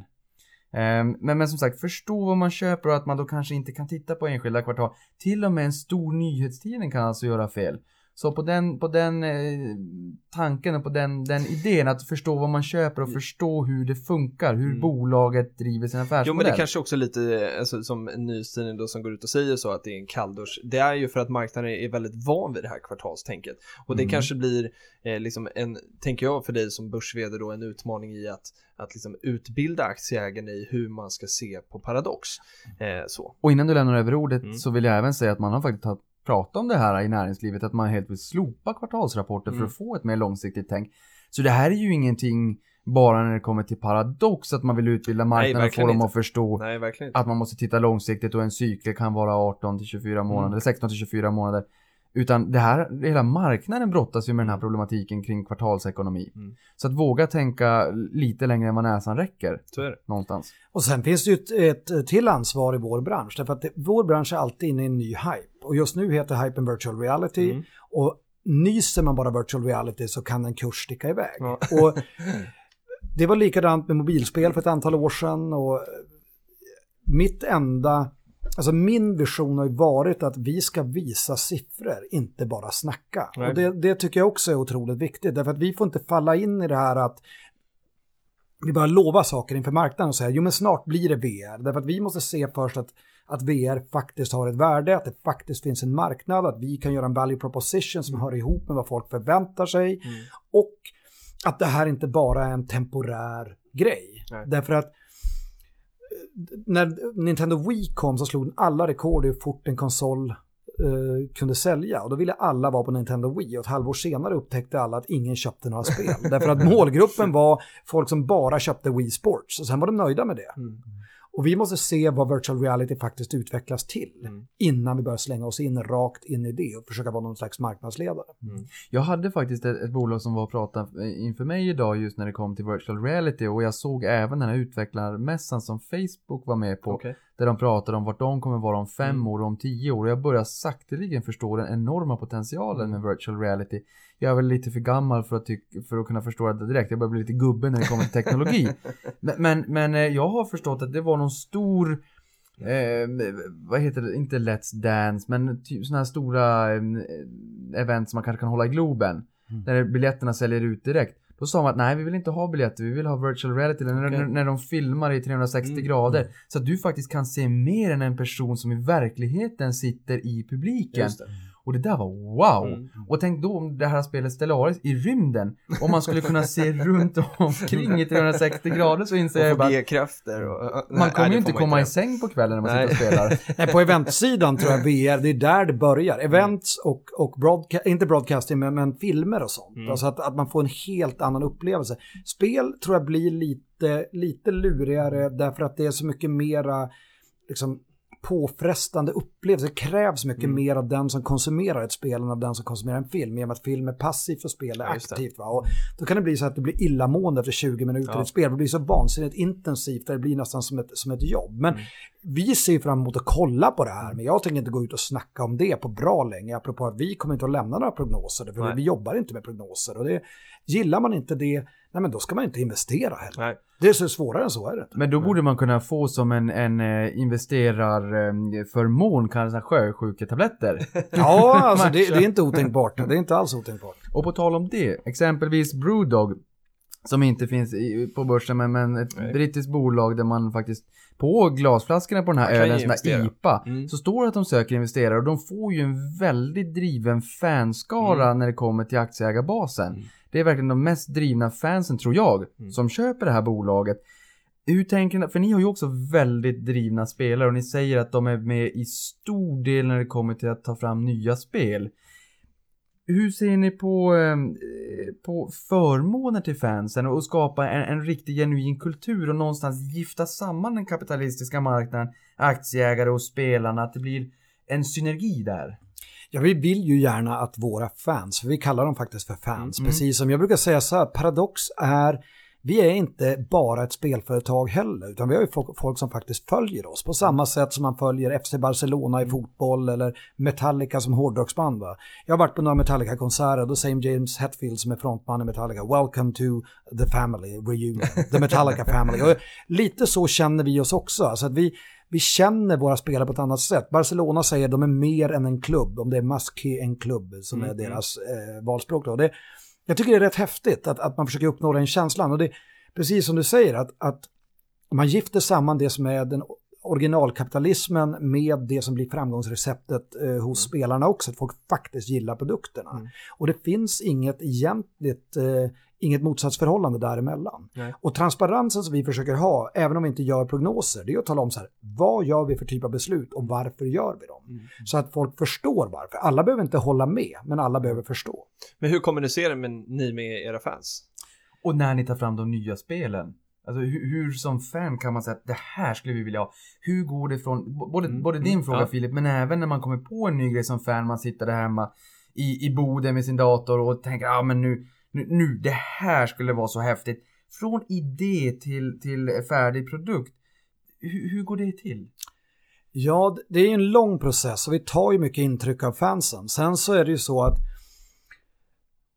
Um, men, men som sagt, förstå vad man köper och att man då kanske inte kan titta på enskilda kvartal. Till och med en stor nyhetstidning kan alltså göra fel. Så på den, på den eh, tanken och på den, den idén att förstå vad man köper och förstå hur det funkar, hur mm. bolaget driver sin affärsmodell. Jo, men det kanske också lite, alltså, som en nyhetstidning då som går ut och säger så att det är en kalldusch. Det är ju för att marknaden är väldigt van vid det här kvartalstänket. Och det mm. kanske blir, eh, liksom en, tänker jag för dig som börsvd då, en utmaning i att, att liksom utbilda aktieägarna i hur man ska se på Paradox. Eh, så. Och innan du lämnar över ordet mm. så vill jag även säga att man har faktiskt tagit prata om det här i näringslivet, att man helt vill slopa kvartalsrapporter mm. för att få ett mer långsiktigt tänk. Så det här är ju ingenting bara när det kommer till Paradox att man vill utbilda marknaden och få dem att förstå Nej, att man måste titta långsiktigt och en cykel kan vara arton till tjugofyra månader mm. eller sexton till tjugofyra månader. Utan det här, hela marknaden brottas ju med den här problematiken kring kvartalsekonomi. Mm. Så att våga tänka lite längre än vad näsan räcker. Så är det. Någonstans. Och sen finns det ju ett, ett till ansvar i vår bransch. Därför att det, vår bransch är alltid inne i en ny hype. Och just nu heter hypen virtual reality. Mm. Och nyser man bara virtual reality så kan en kurs sticka iväg. Ja. Och det var likadant med mobilspel för ett antal år sedan och mitt enda, alltså min vision har ju varit att vi ska visa siffror, inte bara snacka. Nej. Och det, det tycker jag också är otroligt viktigt, därför att vi får inte falla in i det här att vi bara lovar saker inför marknaden och säga, jo men snart blir det V R. Därför att vi måste se först att, att V R faktiskt har ett värde, att det faktiskt finns en marknad, att vi kan göra en value proposition som hör ihop med vad folk förväntar sig. Mm. Och att det här inte bara är en temporär grej. Nej. Därför att när Nintendo Wii kom så slog alla rekord hur fort en konsol Uh, kunde sälja, och då ville alla vara på Nintendo Wii, och ett halvår senare upptäckte alla att ingen köpte några spel därför att målgruppen var folk som bara köpte Wii Sports, och sen var de nöjda med det. Mm. Och vi måste se vad virtual reality faktiskt utvecklas till mm. innan vi börjar slänga oss in rakt in i det och försöka vara någon slags marknadsledare. Mm. Jag hade faktiskt ett, ett bolag som var och pratade inför mig idag just när det kom till virtual reality, och jag såg även den här utvecklarmässan som Facebook var med på, okay. där de pratade om vart de kommer vara om fem mm. år och om tio år, och jag börjar sakteligen förstå den enorma potentialen mm. med virtual reality. Jag är väl lite för gammal för att, tyck- för att kunna förstå det direkt. Jag börjar bli lite gubbe när det kommer till teknologi. men, men, men jag har förstått att det var någon stor, eh, vad heter det, inte Let's Dance, men typ sådana här stora eh, event som man kanske kan hålla i Globen. Mm. Där biljetterna säljer ut direkt. Då sa man att nej, vi vill inte ha biljetter, vi vill ha virtual reality när, okay. när, när de filmar i trehundrasextio mm. grader. Mm. Så att du faktiskt kan se mer än en person som i verkligheten sitter i publiken. Just det. Och det där var wow. Mm. Och tänk då om det här spelet Stellaris i rymden. Om man skulle kunna se runt omkring i trehundrasextio grader, så inser jag bara G-krafter och, man nej, kommer ju inte komma i säng på kvällen när man nej. sitter och spelar. Nej, på eventsidan tror jag V R, det är där det börjar. Events och, och broadca- inte broadcasting men, men filmer och sånt. Mm. Alltså att, att man får en helt annan upplevelse. Spel tror jag blir lite, lite lurigare därför att det är så mycket mera liksom påfrestande upplevelse. Det krävs mycket mm. mer av den som konsumerar ett spel än av den som konsumerar en film. I och med att film är passivt och spel är ja, aktivt. Va? Och då kan det bli så att du blir illamående efter tjugo minuter ja. i ett spel. Det blir så vansinnigt intensivt där det blir nästan som ett, som ett jobb. Men mm. vi ser fram emot att kolla på det här. Men jag tänker inte gå ut och snacka om det på bra länge. Apropå att vi kommer inte att lämna några prognoser. För vi jobbar inte med prognoser. Och det, gillar man inte det, nej men då ska man inte investera heller. Nej. Det är så svårare än så är det. Men då borde man kunna få som en, en investerarförmån kanske sjösjuketabletter. Ja, alltså det, det är inte otänkbart. Det är inte alls otänkbart. Och på tal om det, exempelvis Brewdog, som inte finns i, på börsen, men, men ett Nej. brittiskt bolag där man faktiskt på glasflaskorna på den här ölen, sån här I P A, mm. så står det att de söker investerare, och de får ju en väldigt driven fanskara mm. när det kommer till aktieägarbasen. Mm. Det är verkligen de mest drivna fansen, tror jag, mm. som köper det här bolaget. Hur tänker ni? För ni har ju också väldigt drivna spelare, och ni säger att de är med i stor del när det kommer till att ta fram nya spel. Hur ser ni på, eh, på förmåner till fansen och skapa en, en riktig genuin kultur och någonstans gifta samman den kapitalistiska marknaden, aktieägare och spelarna, att det blir en synergi där? Ja, vi vill ju gärna att våra fans, för vi kallar dem faktiskt för fans, mm. precis som jag brukar säga så här, Paradox är, vi är inte bara ett spelföretag heller, utan vi har ju folk, folk som faktiskt följer oss på samma sätt som man följer F C Barcelona i fotboll eller Metallica som hårdrocksband. Va? Jag har varit på några Metallica-konserter, då säger James Hetfield som är frontman i Metallica, welcome to the family reunion, the Metallica family. Och lite så känner vi oss också, alltså att vi Vi känner våra spelare på ett annat sätt. Barcelona säger att de är mer än en klubb, om det är Maski en klubb som mm. är deras eh, valspråk. Då. Det, jag tycker det är rätt häftigt att, att man försöker uppnå den känslan. Och det är precis som du säger, att, att man gifter samman det som är den originalkapitalismen med det som blir framgångsreceptet eh, hos mm. spelarna också. Att folk faktiskt gillar produkterna. Mm. Och det finns inget egentligt... Eh, Inget motsatsförhållande däremellan. Nej. Och transparensen som vi försöker ha, även om vi inte gör prognoser, det är att tala om så här, vad gör vi för typ av beslut och varför gör vi dem? Mm. Så att folk förstår varför. Alla behöver inte hålla med, men alla behöver förstå. Men hur kommunicerar ni med era fans? Och när ni tar fram de nya spelen? Alltså hur, hur som fan kan man säga att det här skulle vi vilja ha? Hur går det från, både, mm. både din fråga ja. Filip, men även när man kommer på en ny grej som fan, man sitter där hemma i, i boden med sin dator och tänker, ja ah, men nu Nu, nu, det här skulle vara så häftigt. Från idé till, till färdig produkt. Hur, hur går det till? Ja, det är ju en lång process och vi tar ju mycket intryck av fansen. Sen så är det ju så att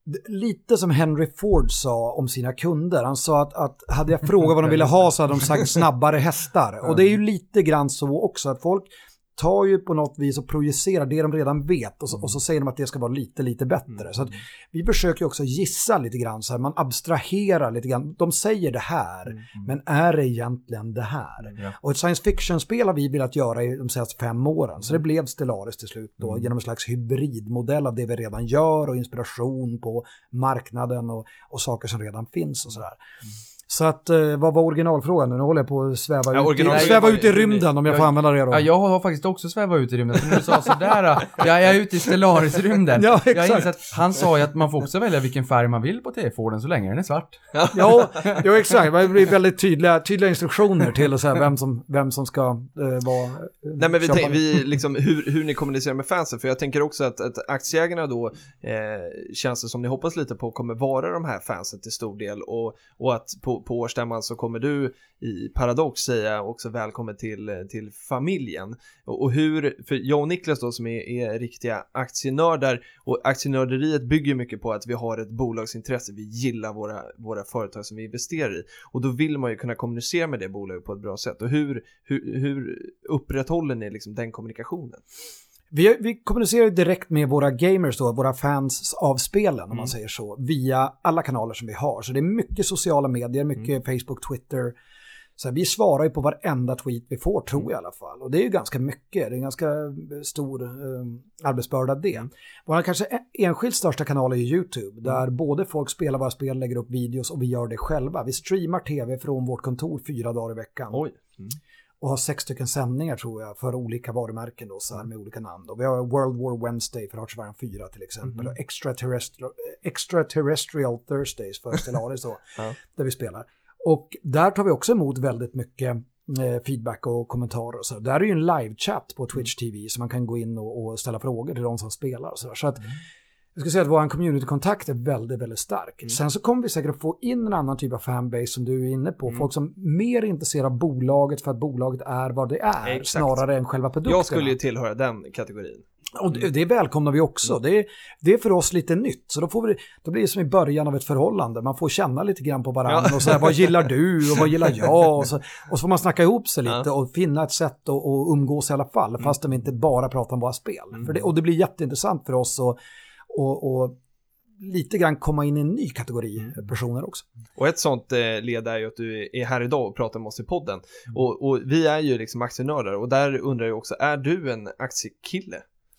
lite som Henry Ford sa om sina kunder. Han sa att, att hade jag frågat vad de ville ha så hade de sagt snabbare hästar. Och det är ju lite grann så också att folk tar ju på något vis och projicerar det de redan vet och så, och så säger de att det ska vara lite, lite bättre. Så att vi försöker också gissa lite grann så här, man abstraherar lite grann. De säger det här, mm. men är det egentligen det här? Mm. Och ett science fiction-spel har vi velat göra i de senaste fem åren. Så det blev Stellaris till slut då, mm. genom en slags hybridmodell av det vi redan gör och inspiration på marknaden och, och saker som redan finns och sådär. Mm. Så att, eh, vad var originalfrågan? Nu håller jag på att sväva, ja, ut, i, sväva ut i rymden om jag, jag får använda det då. Ja, jag har faktiskt också svävat ut i rymden. När du sa sådär, jag är ute i Stellaris-rymden. Ja, exakt. Jag att han sa ju att man får också välja vilken färg man vill på T-Forden så länge den är svart. Ja, ja, ja exakt. Det blir väldigt tydliga, tydliga instruktioner till att säga vem som, vem som ska eh, vara... Nej, men vi, tänk, vi liksom, hur, hur ni kommunicerar med fansen. För jag tänker också att, att aktieägarna då eh, känns det som ni hoppas lite på kommer vara de här fansen till stor del. Och, och att på, på årsstämman så kommer du i Paradox säga också välkommen till, till familjen. Och, och hur, för jag och Niklas då som är, är riktiga aktienördar, och aktienörderiet bygger mycket på att vi har ett bolagsintresse, vi gillar våra, våra företag som vi investerar i. Och då vill man ju kunna kommunicera med det bolaget på ett bra sätt. Och hur, hur, hur upprätthåller ni liksom den kommunikationen? Vi, vi kommunicerar direkt med våra gamers då, våra fans av spelen om mm. man säger så, via alla kanaler som vi har. Så det är mycket sociala medier, mycket mm. Facebook, Twitter. Så här, vi svarar ju på varenda tweet vi får, tror jag i alla fall. Och det är ju ganska mycket, det är en ganska stor eh, arbetsbörda det. Mm. Vår kanske enskilt största kanal är YouTube, där mm. både folk spelar våra spel, lägger upp videos och vi gör det själva. Vi streamar tv från vårt kontor fyra dagar i veckan. Oj. Mm. Och har sex stycken sändningar tror jag för olika varumärken då, så här, med olika namn. Och vi har World War Wednesday för Artsvarren fyra till exempel. Mm. Och Extraterrestrial, Extraterrestrial Thursdays för Stellaris då, ja. Där vi spelar. Och där tar vi också emot väldigt mycket eh, feedback och kommentarer. Och så. Där är ju en live-chat på Twitch T V så man kan gå in och, och ställa frågor till de som spelar. Och så där. Så att, mm. jag ska säga att vår community-kontakt är väldigt, väldigt stark. Mm. Sen så kommer vi säkert att få in en annan typ av fanbase som du är inne på. Mm. Folk som mer intresserar av bolaget för att bolaget är vad det är. Exakt. Snarare än själva produkterna. Jag skulle ju tillhöra den kategorin. Och det, det välkomnar vi också. Mm. Det, är, det är för oss lite nytt. Så då, får vi, då blir det som i början av ett förhållande. Man får känna lite grann på varandra. Ja. Och säga, vad gillar du och vad gillar jag? Och så, och så får man snacka ihop sig lite ja. Och finna ett sätt att och umgås i alla fall. Mm. Fast de inte bara pratar om våra spel. Mm. För det, och det blir jätteintressant för oss att och, och lite grann komma in i en ny kategori personer också. Och ett sånt eh, led är ju att du är här idag och pratar med oss i podden. Mm. Och, och vi är ju liksom aktienördar. Och där undrar jag också, är du en aktiekille?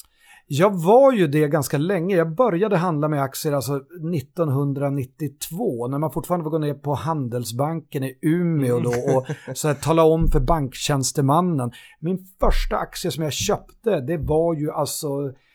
Jag var ju det ganska länge. Jag började handla med aktier alltså nittonhundranittiotvå när man fortfarande var gå ner på Handelsbanken i Umeå då och så här, tala om för banktjänstemannen. Min första aktie som jag köpte, det var ju alltså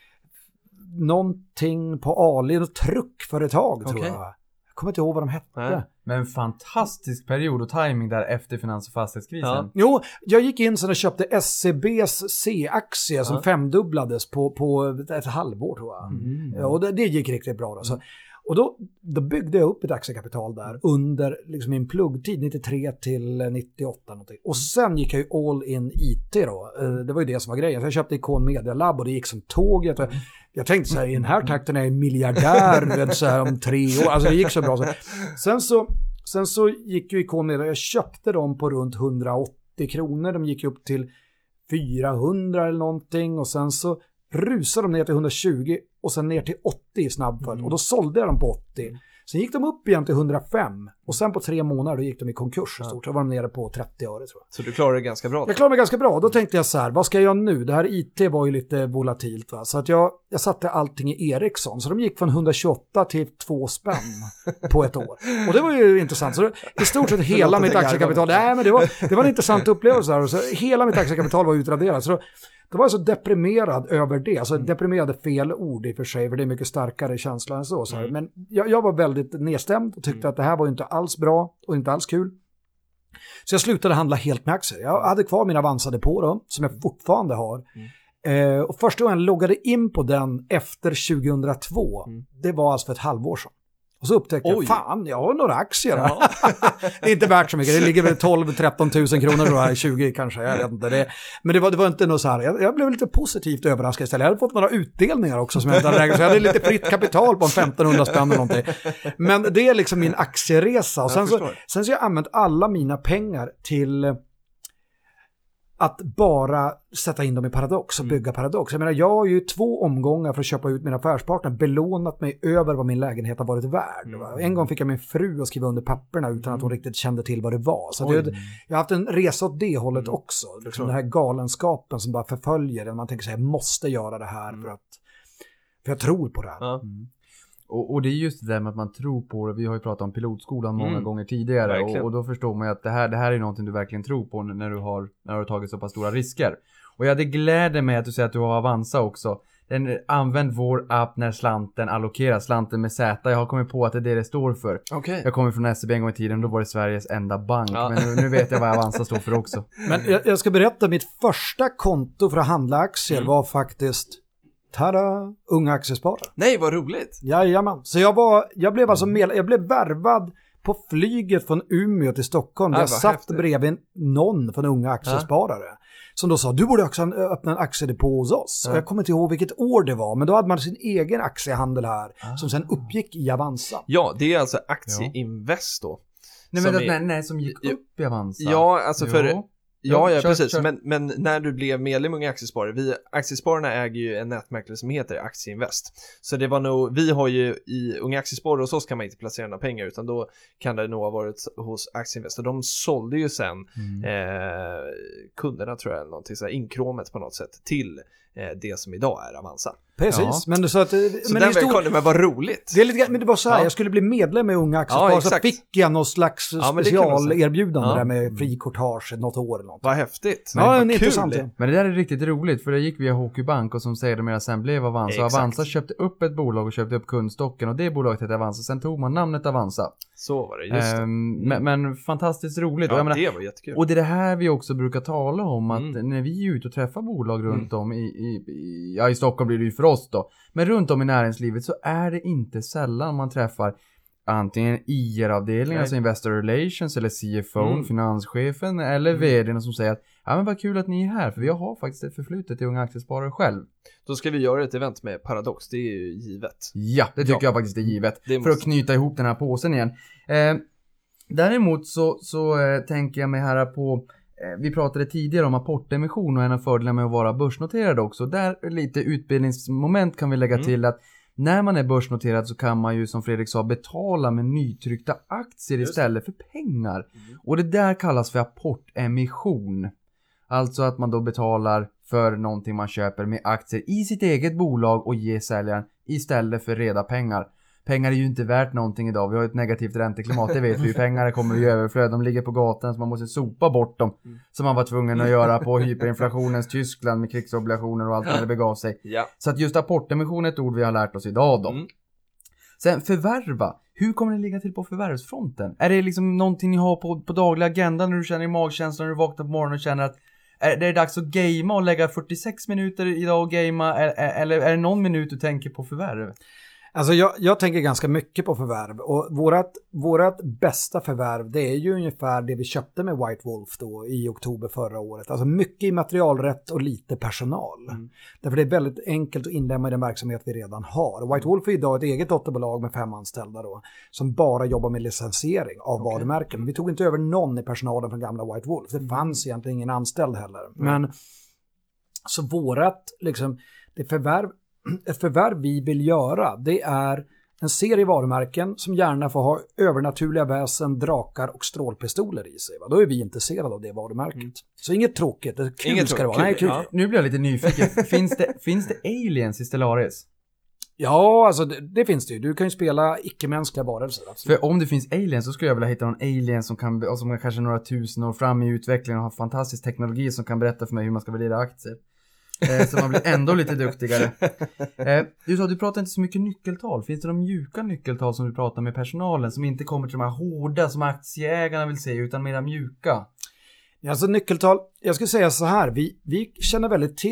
någonting på Ali, ett truckföretag tror okay. jag. Jag kommer inte ihåg vad de hette. Nej. Men en fantastisk period och timing där efter finans- och fastighetskrisen. Ja. Jo, jag gick in sen och köpte S C B:s C-aktie ja. Som femdubblades på, på ett halvår tror jag. Mm. Ja, och det, det gick riktigt bra då. Så. Och då, då byggde jag upp ett aktiekapital där under liksom min pluggtid nittiotre till nittioåtta någonting. Och sen gick jag ju all in I T då. Det var ju det som var grejen. Så jag köpte Icon Media Lab och det gick som tåget. Jag tänkte så här, i den här takten är jag miljardär så här, om tre år. Alltså det gick så bra. Så. Sen, så, sen så gick ju Icon Media, jag köpte dem på runt hundraåttio kronor. De gick upp till fyrahundra eller någonting. Och sen så rusade de ner till hundratjugo och sen ner till åttio i snabbföljd. Mm. Och då sålde jag dem på åttio. Sen gick de upp igen till hundrafem. Och sen på tre månader då gick de i konkurs. Ja. Stort. Så var de nere på trettio öre tror jag. Så du klarade det ganska bra? Då? Jag klarade mig ganska bra. Då tänkte jag så här, vad ska jag göra nu? Det här I T var ju lite volatilt va. Så att jag, jag satte allting i Ericsson. Så de gick från hundratjugoåtta till två spänn på ett år. Och det var ju intressant. Så i stort sett hela mitt aktiekapital. Nej men det var, det var en intressant upplevelse här. Så hela mitt aktiekapital var utraderat. Så då, Då var jag så deprimerad över det. Alltså deprimerade fel ord i och för sig. För det är mycket starkare känsla än så. så här. Men jag, jag var väldigt nedstämd och tyckte mm. att det här var inte alls bra och inte alls kul. Så jag slutade handla helt med aktier. Jag hade kvar mina Avanza på då, som jag fortfarande har. Mm. Eh, och första gången jag loggade in på den efter tjugohundratvå, mm. det var alltså för ett halvår sedan. Och så upptäckte jag, fan, jag har några aktier. Ja. Det är inte värt så mycket, det ligger väl tolv till tretton tusen kronor då här, tjugo kanske, jag vet inte. Det, men det var, det var inte något så här, jag, jag blev lite positivt överraskad istället. Jag hade fått några utdelningar också som jag inte hade räknat, så jag hade lite fritt kapital på en femtonhundra spänn eller någonting. Men det är liksom min aktieresa. Och sen, så, sen så har jag använt alla mina pengar till att bara sätta in dem i Paradox och bygga Paradox. Jag menar, jag har ju två omgångar för att köpa ut min affärspartner belånat mig över vad min lägenhet har varit värd. Mm. En gång fick jag min fru att skriva under papperna utan att hon riktigt kände till vad det var. Så det, jag har haft en resa åt det hållet mm. också. Liksom den här galenskapen som bara förföljer. Man tänker sig, jag måste göra det här mm. för att för jag tror på det här. Mm. Och, och det är just det där med att man tror på det. Vi har ju pratat om pilotskolan många mm. gånger tidigare. Och, och då förstår man ju att det här, det här är någonting du verkligen tror på när du har, när du har tagit så pass stora risker. Och jag hade glädje med att du säger att du har Avanza också. Den, använd vår app när slanten allokeras. Slanten med Z. Jag har kommit på att det är det det står för. Okay. Jag kommer från S E B en gång i tiden. Då var det Sveriges enda bank. Ja. Men nu, nu vet jag vad Avanza står för också. Men jag, jag ska berätta. Mitt första konto för att handla aktier mm. var faktiskt... Tada! Unga aktiesparare. Nej, vad roligt. Jajamän. Så jag var, jag blev alltså med, jag blev värvad på flyget från Umeå till Stockholm. Nej, jag satt häftigt. Bredvid någon från Unga aktiesparare. Ja. Som då sa, du borde också öppna en aktiedepå hos oss. Ja. Och jag kommer inte ihåg vilket år det var. Men då hade man sin egen aktiehandel här. Ah. Som sen uppgick i Avanza. Ja, det är alltså Aktieinvest då. Nej, men det, är... nej, nej, som gick upp i Avanza. Ja, alltså för... Jo. Ja, ja kör, precis. Kör. Men, men när du blev medlem i Unga Aktiesparare, vi Aktiespararna äger ju en nätmäklare som heter Aktieinvest. Så det var nog, vi har ju i Unga Aktiesparare, hos oss kan man inte placera några pengar, utan då kan det nog ha varit hos Aktieinvest. Och de sålde ju sen mm. eh, kunderna, tror jag, någonting så här, inkråmet på något sätt till eh, det som idag är Avanza. Precis, ja. men du sa att... Så men den vägen kunde man vara roligt. Det är lite, men det var så här, ja. Jag skulle bli medlem i Unga Aktiesparare, ja, så fick jag någon slags ja, specialerbjudande ja. Där med frikortage något år eller något. Vad häftigt. Men, ja, det intressant. Ja. Men det där är riktigt roligt, för det gick via Hockeybank och som sedermera sen blev Avanza. Exakt. Avanza köpte upp ett bolag och köpte upp kundstocken och det bolaget hette Avanza. Sen tog man namnet Avanza. Så var det, just det. Um, men, men fantastiskt roligt. Ja, och jag menar, det var jättekul. Och det är det här vi också brukar tala om, att mm. när vi är ute och träffar bolag runt mm. om i, i, i, ja, i Stockholm blir det ju för oss då. Men runt om i näringslivet så är det inte sällan man träffar antingen I R-avdelningen, alltså Investor Relations, eller C F O, mm. finanschefen, eller mm. vdn som säger att ja, men vad kul att ni är här, för vi har faktiskt ett förflutet i Unga Aktiesparare själv. Då ska vi göra ett event med Paradox, det är ju givet. Ja, det tycker ja. jag faktiskt är givet. Det för att knyta ihop den här påsen igen. Eh, däremot så, så eh, tänker jag mig här på... Vi pratade tidigare om apportemission och en av fördelarna med att vara börsnoterad också. Där lite utbildningsmoment kan vi lägga mm. till att när man är börsnoterad så kan man ju, som Fredrik sa, betala med nytryckta aktier Just. istället för pengar. Mm. Och det där kallas för apportemission. Alltså att man då betalar för någonting man köper med aktier i sitt eget bolag och ger säljaren istället för reda pengar. Pengar är ju inte värt någonting idag. Vi har ett negativt ränteklimat, det vet vi ju. Pengar kommer ju överflöd. De ligger på gatan så man måste sopa bort dem. Mm. Som man var tvungen att göra på hyperinflationens Tyskland med krigsobligationer och allt när det begav sig. Ja. Så att just apportemission är ett ord vi har lärt oss idag då. Mm. Sen förvärva. Hur kommer det ligga till på förvärvsfronten? Är det liksom någonting ni har på, på dagliga agendan när du känner i magkänslan när du vaknar på morgonen och känner att är det är dags att gamea och lägga fyrtiosex minuter idag och gamea, eller är det någon minut du tänker på förvärv? Alltså jag, jag tänker ganska mycket på förvärv, och vårat, vårat bästa förvärv, det är ju ungefär det vi köpte med White Wolf då i oktober förra året. Alltså mycket i materialrätt och lite personal. Mm. Därför det är väldigt enkelt att inlämna i den verksamhet vi redan har. White Wolf är idag ett eget dotterbolag med fem anställda då, som bara jobbar med licensiering av okay. varumärken. Vi tog inte över någon i personalen från gamla White Wolf. Det fanns egentligen ingen anställd heller. Mm. Men så vårat, liksom, det förvärv ett förvärv vi vill göra, det är en serie varumärken som gärna får ha övernaturliga väsen, drakar och strålpistoler i sig. Va? Då är vi intresserade av det varumärket. Mm. Så inget tråkigt, det är kul inget ska det vara. Nej, kul. Ja. Nu blir jag lite nyfiken. finns, det, finns det aliens i Stellaris? Ja, alltså det, det finns det ju. Du kan ju spela icke-mänskliga varelser. Absolut. För om det finns aliens så skulle jag vilja hitta någon alien som kan, som är kanske några tusen år fram i utvecklingen och har fantastisk teknologi som kan berätta för mig hur man ska värdera aktier. eh, så man blir ändå lite duktigare. Eh, du sa, du pratar inte så mycket nyckeltal. Finns det de mjuka nyckeltal som du pratar med personalen som inte kommer till de här hårda som aktieägarna vill se, utan mera mjuka? Alltså nyckeltal, jag skulle säga så här, vi, vi känner väldigt till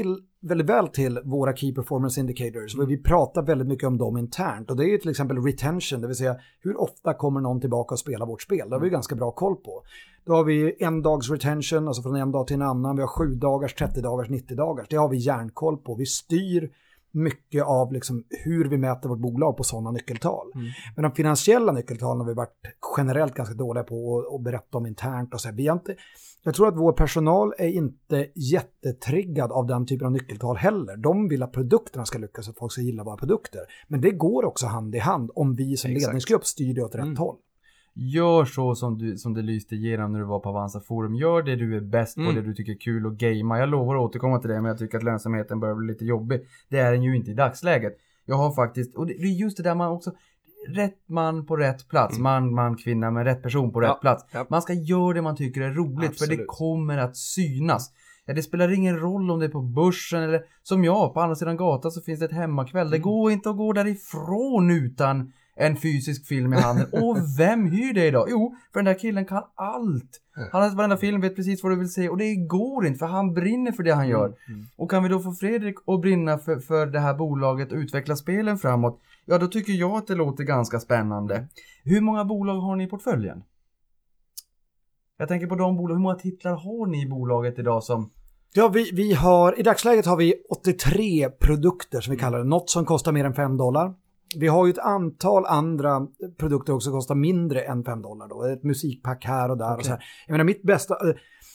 väldigt väl till våra Key Performance Indicators. Mm. Vi pratar väldigt mycket om dem internt. Och det är till exempel retention, det vill säga hur ofta kommer någon tillbaka och spela vårt spel. Det har vi ganska bra koll på. Då har vi en dags retention, alltså från en dag till en annan. Vi har sju dagars, trettio dagars, nittio dagars. Det har vi järnkoll på. Vi styr mycket av liksom hur vi mäter vårt bolag på sådana nyckeltal. Mm. Men de finansiella nyckeltalen har vi varit generellt ganska dåliga på att berätta om internt. Och så. Vi har inte, jag tror att vår personal är inte jättetriggad av den typen av nyckeltal heller. De vill att produkterna ska lyckas, så att folk ska gilla våra produkter. Men det går också hand i hand om vi som Exakt. ledningsgrupp styr det åt rätt mm. håll. Gör så som, du, som det lyste igenom när du var på Avanza Forum. Gör det du är bäst mm. på, det du tycker är kul och gamea. Jag lovar att återkomma till det, men jag tycker att lönsamheten börjar bli lite jobbig. Det är den ju inte i dagsläget. Jag har faktiskt, och det är just det där man också, rätt man på rätt plats. Mm. Man, man, kvinna med rätt person på rätt ja, plats. Ja. Man ska göra det man tycker är roligt. Absolut. För det kommer att synas. Ja, det spelar ingen roll om det är på börsen eller som jag, på andra sidan gatan så finns det ett hemmakväll. Det går inte att gå därifrån utan en fysisk film i handen. Och vem hyr det idag? Jo, för den där killen kan allt. Han har varenda film, vet precis vad du vill se. Och det går inte, för han brinner för det han gör. Mm. Mm. Och kan vi då få Fredrik att brinna för, för det här bolaget och utveckla spelen framåt? Ja, då tycker jag att det låter ganska spännande. Hur många bolag har ni i portföljen? Jag tänker på de bolag. Hur många titlar har ni i bolaget idag som... Ja, vi, vi har, i dagsläget har vi åttiotre produkter som vi kallar det. Något som kostar mer än fem dollar. Vi har ju ett antal andra produkter också som kostar mindre än fem dollar då. Ett musikpack här och där okay. och så här. Jag menar, mitt bästa äh,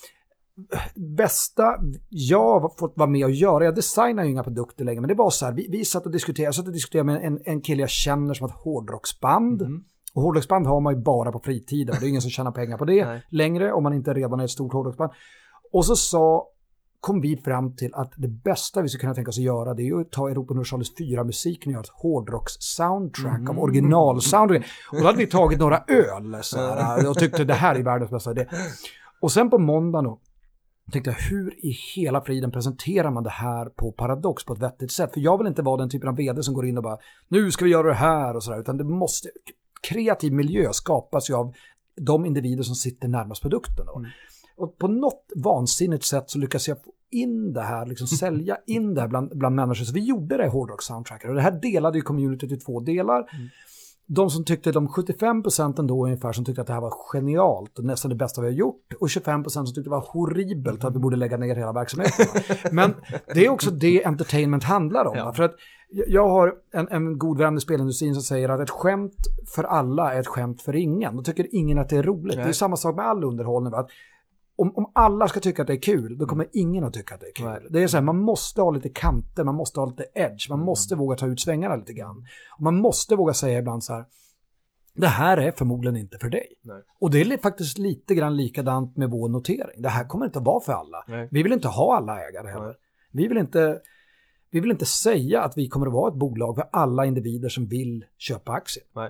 bästa jag har fått vara med och göra, jag designar ju inga produkter längre, men det var så här, vi, vi satt och diskuterade, jag satt och diskuterade med en, en kille jag känner som har ett hårdrocksband. Mm. Och hårdrocksband har man ju bara på fritiden. Det är ingen som tjänar pengar på det Nej. längre om man inte redan är ett stort hårdrocksband. Och så sa kom vi fram till att det bästa vi skulle kunna tänka oss att göra, det är att ta Europa Universalis fyra musik och göra ett hårdrocks-soundtrack mm. av original-soundtrack. Och då hade vi tagit några öl så här, och tyckte det här är världens bästa idé. Och sen på måndag då tänkte jag, hur i hela friden presenterar man det här på Paradox på ett vettigt sätt? För jag vill inte vara den typen av vd som går in och bara, nu ska vi göra det här och sådär, utan det måste, kreativ miljö skapas ju av de individer som sitter närmast produkten då. Mm. Och på något vansinnigt sätt så lyckas jag få in det här, liksom sälja in det här bland, bland människor. Så vi gjorde det i Hårdrock Soundtracker. Och det här delade ju communityt i två delar. Mm. De som tyckte, de sjuttiofem procent då ungefär som tyckte att det här var genialt och nästan det bästa vi har gjort. Och tjugofem procent som tyckte det var horribelt att vi borde lägga ner hela verksamheten. Men det är också det entertainment handlar om. Ja. För att jag har en, en god vän i spelindustrin som säger att ett skämt för alla är ett skämt för ingen. Då tycker ingen att det är roligt. Nej. Det är samma sak med all underhållning. Att Om, om alla ska tycka att det är kul, då kommer ingen att tycka att det är kul. Nej. Det är så här, man måste ha lite kanter, man måste ha lite edge, man måste våga ta ut svängarna lite grann. Och man måste våga säga ibland så här, det här är förmodligen inte för dig. Nej. Och det är faktiskt lite grann likadant med vår notering. Det här kommer inte att vara för alla. Nej. Vi vill inte ha alla ägare heller. Vi vill inte, vi vill inte säga att vi kommer att vara ett bolag för alla individer som vill köpa aktier. Nej.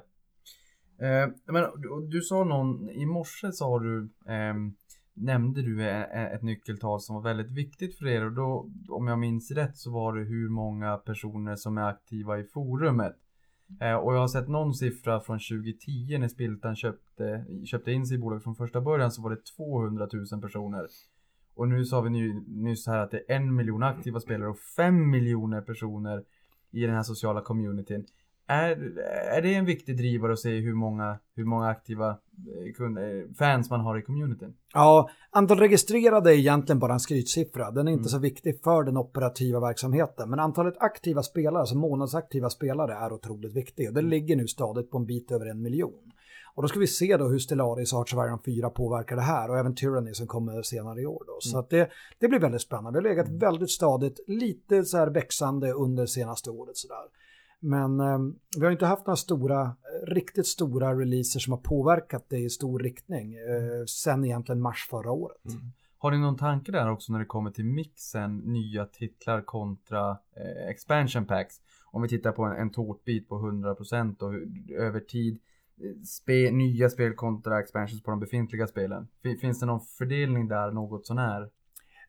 Eh, men du, du sa någon, i morse sa du... Eh, nämnde du ett nyckeltal som var väldigt viktigt för er, och då, om jag minns rätt, så var det hur många personer som är aktiva i forumet. Eh, och jag har sett någon siffra från tjugo tio när Spiltan köpte, köpte in sig i bolaget från första början, så var det tvåhundratusen personer. Och nu sa vi ny, nyss här att det är en miljon aktiva spelare och fem miljoner personer i den här sociala communityn. Är, är det en viktig drivare att se hur många, hur många aktiva kunder, fans man har i communityn? Ja, antal registrerade är egentligen bara en skrytsiffra. Den är inte mm. så viktig för den operativa verksamheten. Men antalet aktiva spelare, alltså månadsaktiva spelare, är otroligt viktigt. Det ligger nu stadigt på en bit över en miljon. Och då ska vi se då hur Stellaris och Hearts of Iron fyra påverkar det här. Och även Tyranny som kommer senare i år då. Så mm. att det, det blir väldigt spännande. Vi har legat mm. väldigt stadigt, lite så här växande under senaste året sådär. Men eh, vi har inte haft några stora, riktigt stora releaser som har påverkat det i stor riktning eh, sen egentligen mars förra året. Mm. Har ni någon tanke där också när det kommer till mixen nya titlar kontra eh, expansion packs? Om vi tittar på en, en tårtbit på hundra procent och hur, över tid spe, nya spel kontra expansions på de befintliga spelen. Finns det någon fördelning där, något sån här?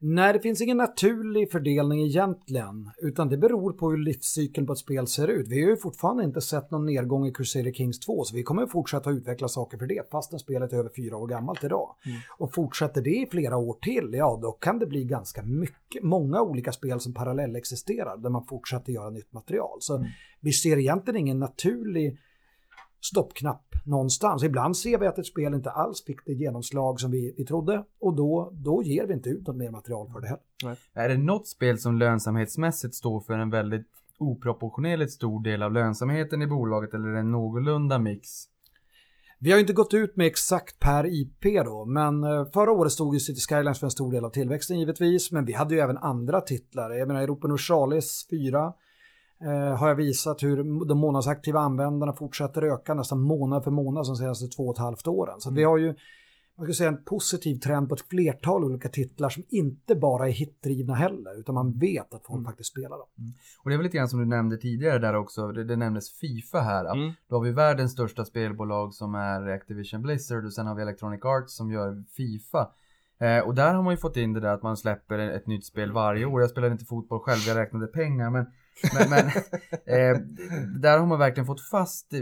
Nej, det finns ingen naturlig fördelning egentligen, utan det beror på hur livscykeln på ett spel ser ut. Vi har ju fortfarande inte sett någon nedgång i Crusader Kings två, så vi kommer fortsätta att utveckla saker för det, fastän spelet är över fyra år gammalt idag. Mm. Och fortsätter det i flera år till, ja då kan det bli ganska mycket, många olika spel som parallell existerar, där man fortsätter göra nytt material. Så mm. vi ser egentligen ingen naturlig stoppknapp någonstans. Ibland ser vi att ett spel inte alls fick det genomslag som vi, vi trodde, och då, då ger vi inte ut något mer material för det här. Nej. Är det något spel som lönsamhetsmässigt står för en väldigt oproportionerligt stor del av lönsamheten i bolaget, eller är det en någorlunda mix? Vi har inte gått ut med exakt per I P då, men förra året stod ju City Skylines för en stor del av tillväxten givetvis, men vi hade ju även andra titlar. Jag menar, Europa Universalis fyra Eh, har jag visat hur de månadsaktiva användarna fortsätter öka nästan månad för månad som senaste två och ett halvt åren. Så mm. vi har ju, man ska säga, en positiv trend på ett flertal olika titlar som inte bara är hitdrivna heller, utan man vet att folk mm. faktiskt spelar dem. Mm. Och det är väl lite grann som du nämnde tidigare där också, det, det nämndes FIFA här. Mm. Då har vi världens största spelbolag som är Activision Blizzard, och sen har vi Electronic Arts som gör FIFA. Eh, och där har man ju fått in det där att man släpper ett, ett nytt spel varje år. Jag spelar inte fotboll själv, jag räknade pengar, men Men, men eh, där har man verkligen fått fast eh,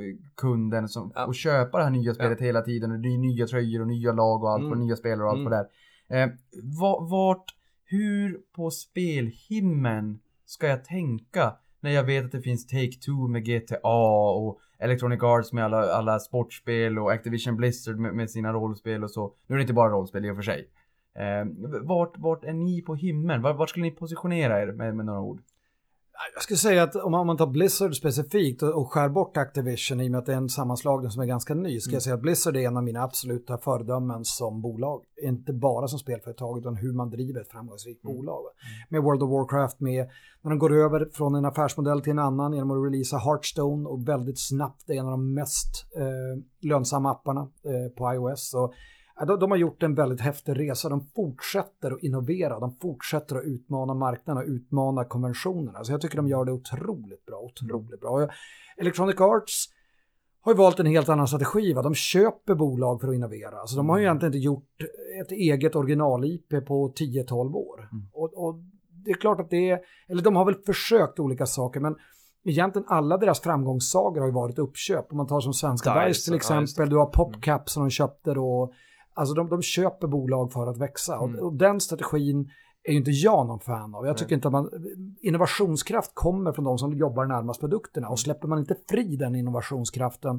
kunden som, ja. och köpa det här nya spelet ja. hela tiden. Och det är nya tröjor och nya lag och allt mm. och nya spelare och allt mm. på det där. Eh, vart, hur på spelhimmen ska jag tänka när jag vet att det finns Take-Two med G T A och Electronic Arts med alla, alla sportspel och Activision Blizzard med, med sina rollspel och så. Nu är det inte bara rollspel i och för sig. Eh, vart, vart är ni på himmen? Vart, vart skulle ni positionera er med, med några ord? Jag skulle säga att om man tar Blizzard specifikt och, och skär bort Activision i och med att det är en sammanslagning som är ganska ny, ska mm. jag säga att Blizzard är en av mina absoluta föredömen som bolag. Inte bara som spelföretag utan hur man driver ett framgångsrikt mm. bolag. Med World of Warcraft, med när de går över från en affärsmodell till en annan genom att releasa Hearthstone, och väldigt snabbt, det är en av de mest eh, lönsamma apparna eh, på iOS. Och De, de har gjort en väldigt häftig resa. De fortsätter att innovera. De fortsätter att utmana marknaden och utmana konventionerna. Så jag tycker de gör det otroligt bra. Otroligt bra. Electronic Arts har ju valt en helt annan strategi. Va? De köper bolag för att innovera. Alltså de har ju egentligen inte gjort ett eget original-I P på tio till tolv år. Mm. Och, och det är klart att det är... Eller de har väl försökt olika saker, men egentligen alla deras framgångssagor har ju varit uppköp. Om man tar som Svenska Bergs till exempel. Du har PopCap som de köpte då. Alltså de, de köper bolag för att växa. Mm. Och, och den strategin är ju inte jag någon fan av. Jag tycker Nej. inte att man... Innovationskraft kommer från de som jobbar närmast produkterna. Och släpper man inte fri den innovationskraften,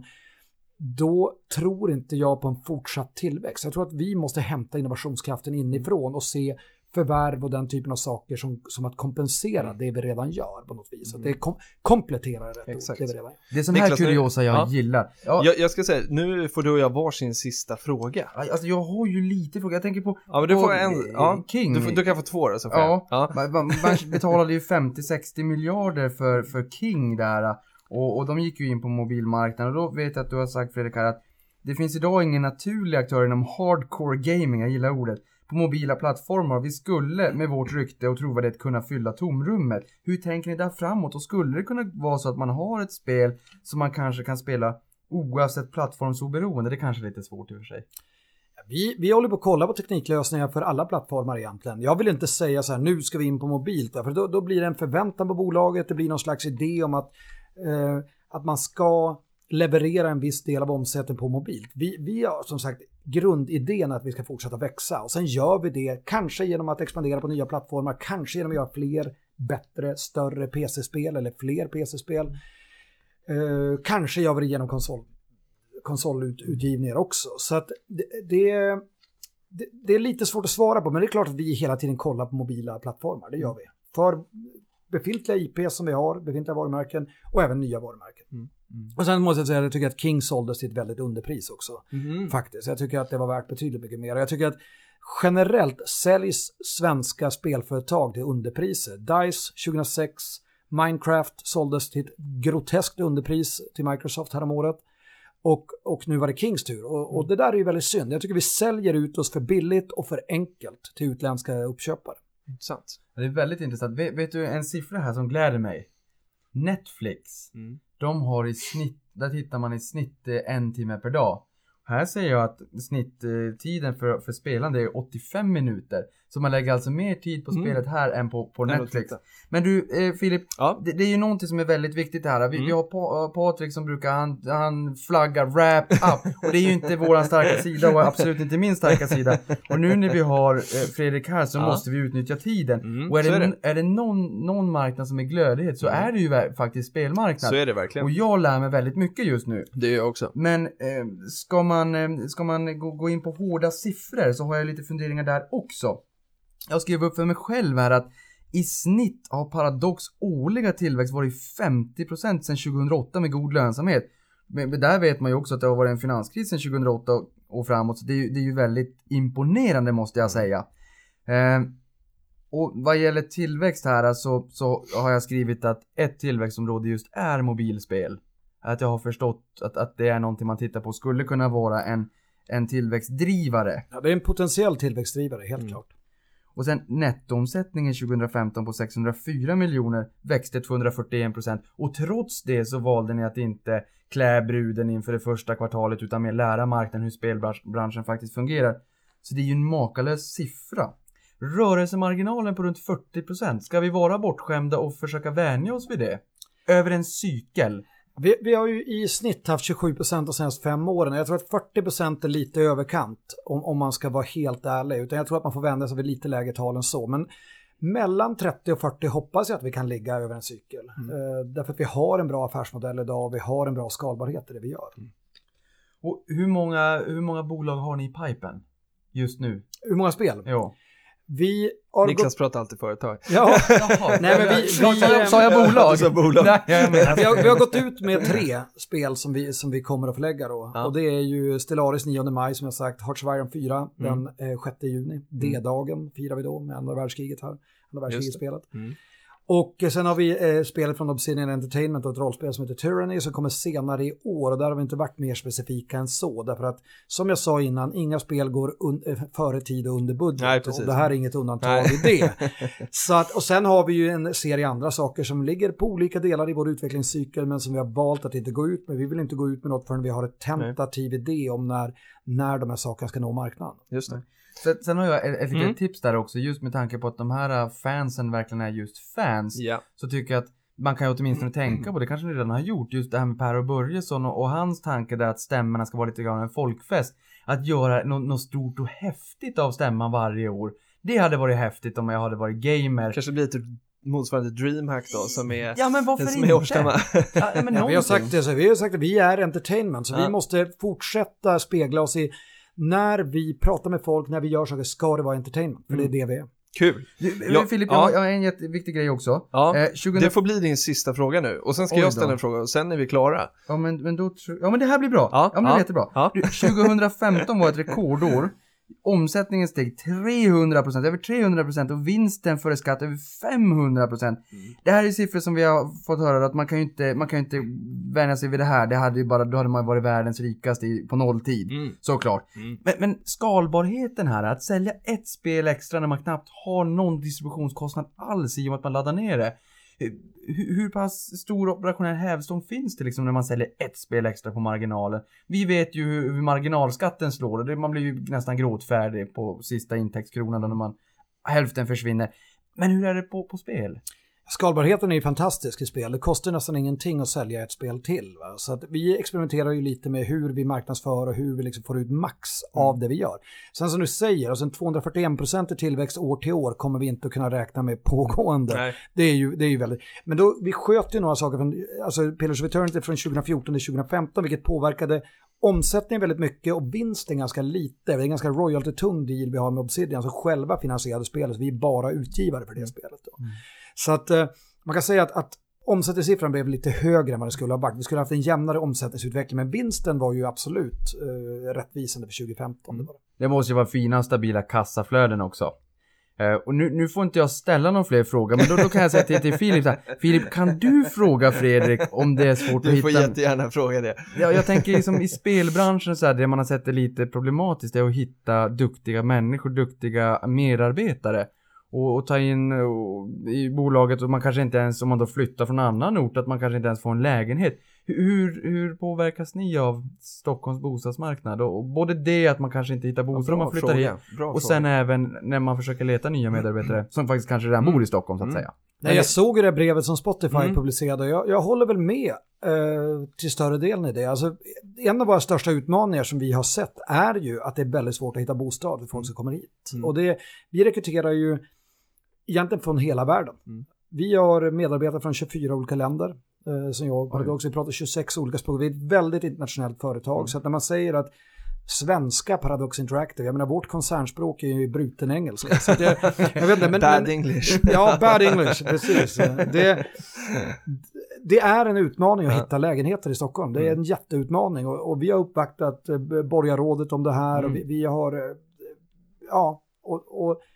då tror inte jag på en fortsatt tillväxt. Jag tror att vi måste hämta innovationskraften inifrån och se förvärv och den typen av saker som, som att kompensera det vi redan gör på något vis. Mm. Att det kom, kompletterar rätt Exakt. Ord, det vi redan gör. Det är sån här Niklas, kuriosa jag ja. gillar. Ja. Jag, jag ska säga, nu får du och jag varsin sista fråga. Alltså jag har ju lite frågor. Jag tänker på, ja, men du på får en, ja, King. Du, får, du kan få två då, så får ja. ja. Man, man betalade ju femtio till sextio miljarder för, för King där. Och, och de gick ju in på mobilmarknaden. Och då vet jag att du har sagt, Fredrik, här att det finns idag ingen naturlig aktör inom hardcore gaming, jag gillar ordet, på mobila plattformar. Vi skulle med vårt rykte och trovärdighet kunna fylla tomrummet. Hur tänker ni där framåt? Och skulle det kunna vara så att man har ett spel som man kanske kan spela oavsett plattformsoberoende? Det är kanske lite svårt i och för sig. Vi, vi håller på att kolla på tekniklösningar för alla plattformar egentligen. Jag vill inte säga så här, nu ska vi in på mobilt. För då, då blir det en förväntan på bolaget. Det blir någon slags idé om att, eh, att man ska leverera en viss del av omsättningen på mobilt. Vi, vi har som sagt grundidén att vi ska fortsätta växa, och sen gör vi det kanske genom att expandera på nya plattformar, kanske genom att göra fler, bättre, större P C-spel eller fler P C-spel. Eh, kanske gör vi det genom konsol, konsolutgivningar också. Så att det, det, det, det är lite svårt att svara på, men det är klart att vi hela tiden kollar på mobila plattformar, det gör vi. För befintliga I P som vi har, befintliga varumärken och även nya varumärken. Mm. Mm. Och sen måste jag säga att jag tycker att King såldes till ett väldigt underpris också. Mm. Faktiskt. Jag tycker att det var värt betydligt mycket mer. Jag tycker att generellt säljs svenska spelföretag till underpriser. DICE tjugohundrasex, Minecraft såldes till ett groteskt underpris till Microsoft häromåret. Och, och nu var det Kings tur. Och, och det där är ju väldigt synd. Jag tycker vi säljer ut oss för billigt och för enkelt till utländska uppköpare. Intressant. Det är väldigt intressant. Vet, vet du en siffra här som gläder mig? Netflix. Mm. De har i snitt, där tittar man i snitt en timme per dag. Här ser jag att snitttiden för, för spelande är åttiofem minuter. Så man lägger alltså mer tid på mm. spelet här än på, på Netflix. Men du eh, Filip, ja. det, det är ju någonting som är väldigt viktigt här. Vi, mm. vi har pa, Patrik som brukar, han, han flaggar wrap up. Och det är ju inte våran starka sida och absolut inte min starka sida. Och nu när vi har eh, Fredrik här så ja. måste vi utnyttja tiden. Mm. Och är det, är det. är det någon, någon marknad som är glödighet så mm. är det ju ver- faktiskt spelmarknad. Så är det verkligen. Och jag lär mig väldigt mycket just nu. Det gör jag också. Men eh, ska man, eh, ska man gå, gå in på hårda siffror så har jag lite funderingar där också. Jag skrev upp för mig själv här att i snitt har Paradox årliga tillväxt varit femtio procent sedan tjugohundraåtta med god lönsamhet. Men där vet man ju också att det har varit en finanskris sedan tjugohundraåtta och framåt. Så det är ju, det är ju väldigt imponerande måste jag säga. Eh, och vad gäller tillväxt här så, så har jag skrivit att ett tillväxtområde just är mobilspel. Att jag har förstått att, att det är någonting man tittar på skulle kunna vara en, en tillväxtdrivare. Ja, det är en potentiell tillväxtdrivare, helt mm. klart. Och sen nettoomsättningen tjugohundrafemton på sexhundrafyra miljoner växte tvåhundrafyrtioen procent. Och trots det så valde ni att inte klä bruden inför det första kvartalet utan mer lära marknaden hur spelbranschen faktiskt fungerar. Så det är ju en makalös siffra. Rörelsemarginalen på runt fyrtio procent. Ska vi vara bortskämda och försöka vänja oss vid det? Över en cykel. Vi, vi har ju i snitt haft tjugosju procent de senaste fem åren. Jag tror att fyrtio procent är lite överkant om, om man ska vara helt ärlig. Utan jag tror att man får vända sig vid lite lägre tal än så. Men mellan trettio och fyrtio hoppas jag att vi kan ligga över en cykel. Mm. Uh, därför att vi har en bra affärsmodell idag och vi har en bra skalbarhet i det vi gör. Mm. Och hur många, hur många bolag har ni i pipen just nu? Hur många spel? Ja. Vi har Niklas gått... pratar alltid företag. Ja, nej men vi... vi sa jag bolag? Sa bolag. Nej, vi, har, vi har gått ut med tre spel som vi, som vi kommer att förlägga då. Ja. Och det är ju Stellaris nionde maj som jag sagt, Hearts of Iron fyra mm. den eh, sjätte juni. Mm. D-dagen firar vi då med andra världskriget här. Andra världskriget-spelet. Mm. Och sen har vi eh, spelet från Obsidian Entertainment och ett rollspel som heter Tyranny som kommer senare i år och där har vi inte varit mer specifika än så därför att som jag sa innan, inga spel går un- före tid och under budget. Nej, och det här är inget undantag Nej. i det. Så att, och sen har vi ju en serie andra saker som ligger på olika delar i vår utvecklingscykel men som vi har valt att inte gå ut med. Vi vill inte gå ut med något förrän vi har ett tentativ idé om när, när de här sakerna ska nå marknaden. Just det. Sen, sen har jag ett, ett litet mm. tips där också, just med tanke på att de här fansen verkligen är just fans, yeah. så tycker jag att man kan ju åtminstone mm. tänka på, det kanske ni redan har gjort, just det här med Per och Börjesson och, och hans tanke där att stämmorna ska vara lite grann en folkfest, att göra något, något stort och häftigt av stämman varje år. Det hade varit häftigt om jag hade varit gamer. Kanske blir typ motsvarande Dreamhack då som är ja men varför som inte? Är ja, men ja, vi har sagt det så vi har sagt att vi är entertainment så ja. vi måste fortsätta spegla oss i när vi pratar med folk, när vi gör saker ska det vara entertainment för mm. det är det vi är. Kul. Du, ja, Filip, jag, ja. jag har en jätteviktig grej också. Ja, eh, tjugo... Det får bli din sista fråga nu. Och sen ska Oj jag ställa då. en fråga och sen är vi klara. Ja, men, men, då, ja, men det här blir bra. Ja, ja men det är jättebra. Ja. Du, tjugohundrafemton var ett rekordår. Omsättningen steg trehundra procent, över trehundra procent och vinsten före skatt över femhundra procent. Mm. Det här är siffror som vi har fått höra att man kan ju inte, man kan ju inte vänja sig vid det här. Det hade ju bara, då hade man varit världens rikaste på nolltid, mm. såklart. Mm. Men, men skalbarheten här, att sälja ett spel extra när man knappt har någon distributionskostnad alls i och med att man laddar ner det. Hur, hur pass stor operationell hävstång finns det liksom när man säljer ett spel extra på marginalen? Vi vet ju hur, hur marginalskatten slår och det, man blir ju nästan gråtfärdig på sista intäktskronan när man hälften försvinner. Men hur är det på, på spel? Skalbarheten är ju fantastisk i spel. Det kostar nästan ingenting att sälja ett spel till. Va? Så att vi experimenterar ju lite med hur vi marknadsför och hur vi liksom får ut max mm. av det vi gör. Sen som du säger, alltså en tvåhundrafyrtioen procent i tillväxt år till år kommer vi inte att kunna räkna med pågående. Nej. Det är ju, det är ju väldigt... Men då, vi sköt ju några saker från, alltså Pillars of Eternity från tjugofjorton till tjugofemton, vilket påverkade omsättningen väldigt mycket och vinsten ganska lite. Det är en ganska royalty-tung deal vi har med Obsidian som själva finansierade spelet. Vi är bara utgivare för det spelet då. Mm. Så att eh, man kan säga att, att omsättningssiffran blev lite högre än vad det skulle ha varit. Vi skulle ha haft en jämnare omsättningsutveckling men vinsten var ju absolut eh, rättvisande för tjugofemton. Mm. Det, var det. det måste ju vara fina stabila kassaflöden också. Uh, och nu, nu får inte jag ställa någon fler frågor men då, då kan jag säga till, till Filip så här, Filip, kan du fråga Fredrik om det är svårt du att hitta... Du får jättegärna fråga det. Ja, jag tänker liksom i spelbranschen så här, det man har sett är lite problematiskt är att hitta duktiga människor, duktiga medarbetare och, och ta in och, i bolaget och man kanske inte ens, om man då flyttar från annan ort, att man kanske inte ens får en lägenhet. Hur, hur påverkas ni av Stockholms bostadsmarknad? Och, och både det att man kanske inte hittar bostad om man flyttar fråga. hit. Bra och fråga. sen även när man försöker leta nya medarbetare mm. som faktiskt kanske redan bor i Stockholm så att Mm. säga. Nej, jag såg ju det brevet som Spotify Mm. publicerade. Jag, jag håller väl med eh, till större delen i det. Alltså, en av våra största utmaningar som vi har sett är ju att det är väldigt svårt att hitta bostad för folk som kommer hit. Mm. Och det, vi rekryterar ju egentligen från hela världen. Mm. Vi har medarbetare från tjugofyra olika länder eh, som jag Paradox. Vi pratar tjugosex olika språk. Vi är ett väldigt internationellt företag. Mm. Så att när man säger att svenska Paradox Interactive, jag menar vårt koncernspråk är ju bruten engelska. Så det, jag vet inte, men, Bad men, English. Ja, bad English, precis. Det, det är en utmaning att hitta lägenheter i Stockholm. Det är en jätteutmaning och, och vi har uppvaktat eh, borgarrådet om det här Mm. och vi, vi har, eh, ja, och, och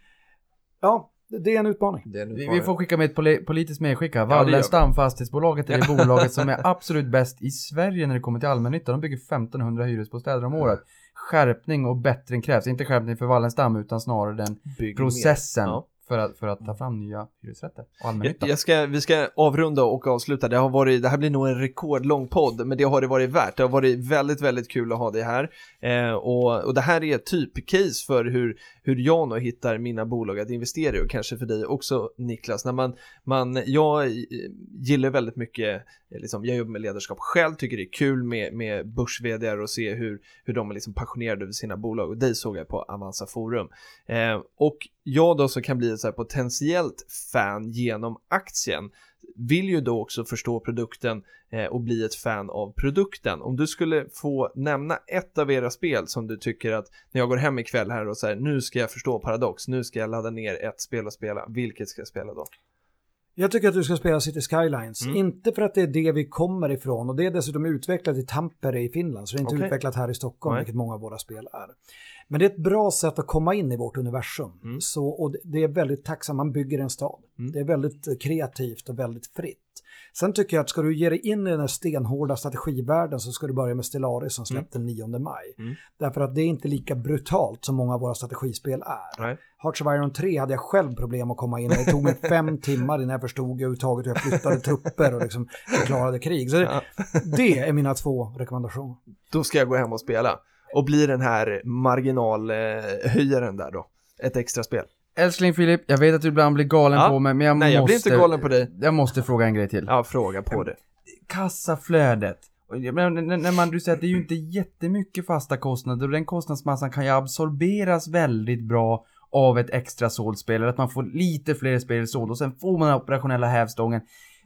ja, det är en utmaning. Det är en Vi, utmaning. vi får skicka med ett poli- politiskt medskicka. Ja, det gör vi. Wallenstam fastighetsbolaget är det bolaget som är absolut bäst i Sverige när det kommer till allmännytta. De bygger femtonhundra hyresbostäder om året. Skärpning och bättring krävs. Inte skärpning för Wallenstam utan snarare den Bygg processen mer. Ja. för, att, för att ta fram nya hyresrätter och allmännytta. Jag, jag ska, vi ska avrunda och avsluta. Det har varit, det här blir nog en rekordlång podd, men det har det varit värt. Det har varit väldigt, väldigt kul att ha det här. Eh, och, och det här är ett typ-case för hur, hur jag nu hittar mina bolag att investera i, och kanske för dig också, Niklas. När man, man, jag gillar väldigt mycket, liksom, jag jobbar med ledarskap själv, tycker det är kul med, med börs-vd:ar och se hur, hur de är liksom passionerade över sina bolag. Och dig såg jag på Avanza Forum. Eh, och jag då så kan bli ett så här potentiellt fan genom aktien vill ju då också förstå produkten eh, och bli ett fan av produkten. Om du skulle få nämna ett av era spel som du tycker att när jag går hem ikväll här och säger nu ska jag förstå Paradox, nu ska jag ladda ner ett spel och spela, vilket ska jag spela då? Jag tycker att du ska spela City Skylines. Mm. Inte för att det är det vi kommer ifrån. Och det är dessutom utvecklat i Tampere i Finland. Så det är inte Okej. utvecklat här i Stockholm, Nej. vilket många av våra spel är. Men det är ett bra sätt att komma in i vårt universum. Mm. Så, och det- det är väldigt tacksamt. Man bygger en stad. Mm. Det är väldigt eh, kreativt och väldigt fritt. Sen tycker jag att ska du ge dig in i den här stenhårda strategivärlden så ska du börja med Stellaris som släppte den nionde maj. Mm. Därför att det är inte lika brutalt som många av våra strategispel är. Nej. Hearts of Iron tre hade jag själv problem att komma in. Det tog mig fem timmar innan jag förstod överhuvudtaget hur jag flyttade trupper och liksom förklarade krig. Så det, Ja. det är mina två rekommendationer. Då ska jag gå hem och spela och bli den här marginalhöjaren där då. Ett extra spel. Älskling Filip, jag vet att du ibland blir galen Ja. på mig, men jag Nej, jag måste... blir inte galen på dig. Jag måste fråga en grej till. Ja, fråga på det. Kassaflödet. Och jag menar, när när man, du säger att det är ju inte jättemycket fasta kostnader och den kostnadsmassan kan ju absorberas väldigt bra av ett extra såldspel, eller att man får lite fler spel såld och sen får man den operationella hävstången.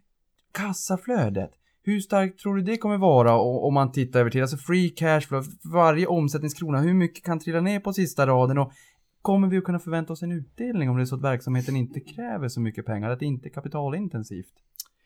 Kassaflödet. Hur starkt tror du det kommer vara o- om man tittar över till, alltså free cash flow, varje omsättningskrona, hur mycket kan trilla ner på sista raden och kommer vi att kunna förvänta oss en utdelning om det är så att verksamheten inte kräver så mycket pengar, att det inte är kapitalintensivt?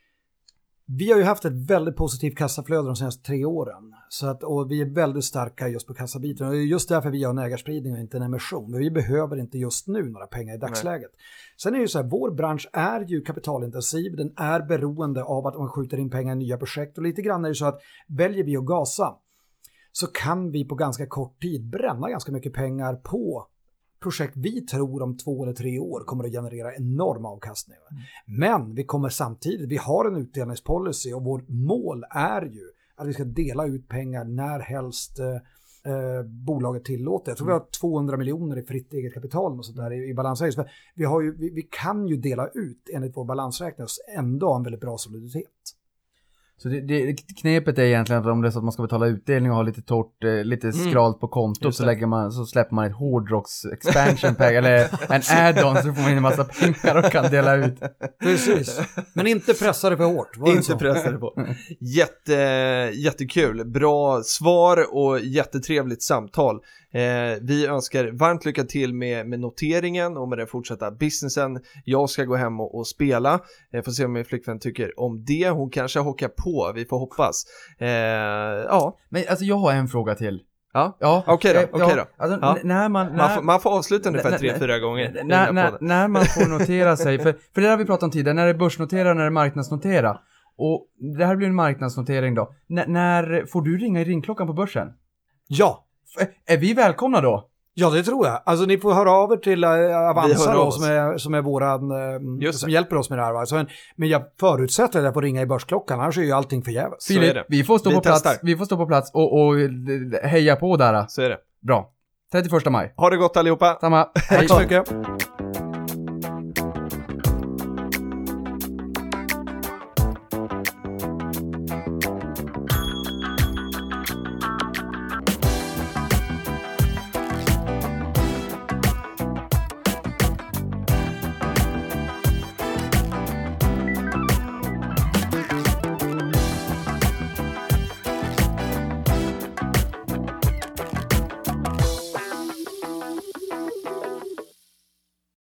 Vi har ju haft ett väldigt positivt kassaflöde de senaste tre åren. Så att, och vi är väldigt starka just på kassabiten. Och det är just därför vi har en ägarspridning och inte en emission. Men vi behöver inte just nu några pengar i dagsläget. Sen är det ju så här, vår bransch är ju kapitalintensiv. Den är beroende av att man skjuter in pengar i nya projekt. Och lite grann är det så att väljer vi att gasa så kan vi på ganska kort tid bränna ganska mycket pengar på projekt vi tror om två eller tre år kommer att generera enorm avkastning. Mm. Men vi kommer samtidigt, vi har en utdelningspolicy och vårt mål är ju att vi ska dela ut pengar när helst eh, bolaget tillåter. Jag tror mm. vi har tvåhundra miljoner i fritt eget kapital och sånt där i, i balansräkning. Vi, har ju, vi, vi kan ju dela ut enligt vår balansräkning och ändå ha en väldigt bra soliditet. Så det, det, knepet är egentligen att om det är så att man ska betala utdelning och ha lite torrt, eh, lite Mm. skralt på kontot så, lägger man, så släpper man ett hårdrocks expansion pack eller en add-on så får man in en massa pengar och kan dela ut. Precis, men inte pressa det för hårt. Var det Inte så? pressa det på. Jätte, jättekul, bra svar och jättetrevligt samtal. Eh, vi önskar varmt lycka till med, med noteringen och med den fortsatta businessen. Jag ska gå hem och, och spela. Jag får se om min flickvän tycker om det. Hon kanske hakar på, vi får hoppas. Eh, ja. Men alltså jag har en fråga till. Ja, Ja, okej då, eh, okej då. Ja, alltså, Ja. n- när man... När, Man, får, man får avsluta ungefär Nej, tre, nej, fyra gånger. i den när, här när, podden. när man får notera sig, för, för det har vi pratat om tidigare, när det är börsnotera och när det är marknadsnotera. Och det här blir en marknadsnotering då. N- när får du ringa i ringklockan på börsen? Ja, F- är vi välkomna då? Ja, det tror jag. Alltså ni får höra av er till uh, Avanza då, som är, som är våran, uh, som hjälper oss med det här. Va? Så en, men jag förutsätter att jag får ringa i börsklockan, annars är ju allting förgäves. Filip, vi får stå vi på plats, vi får stå på plats och, och heja på där. Så är det. Bra. trettioförsta maj. Ha det gott allihopa. Samma. Tack så mycket.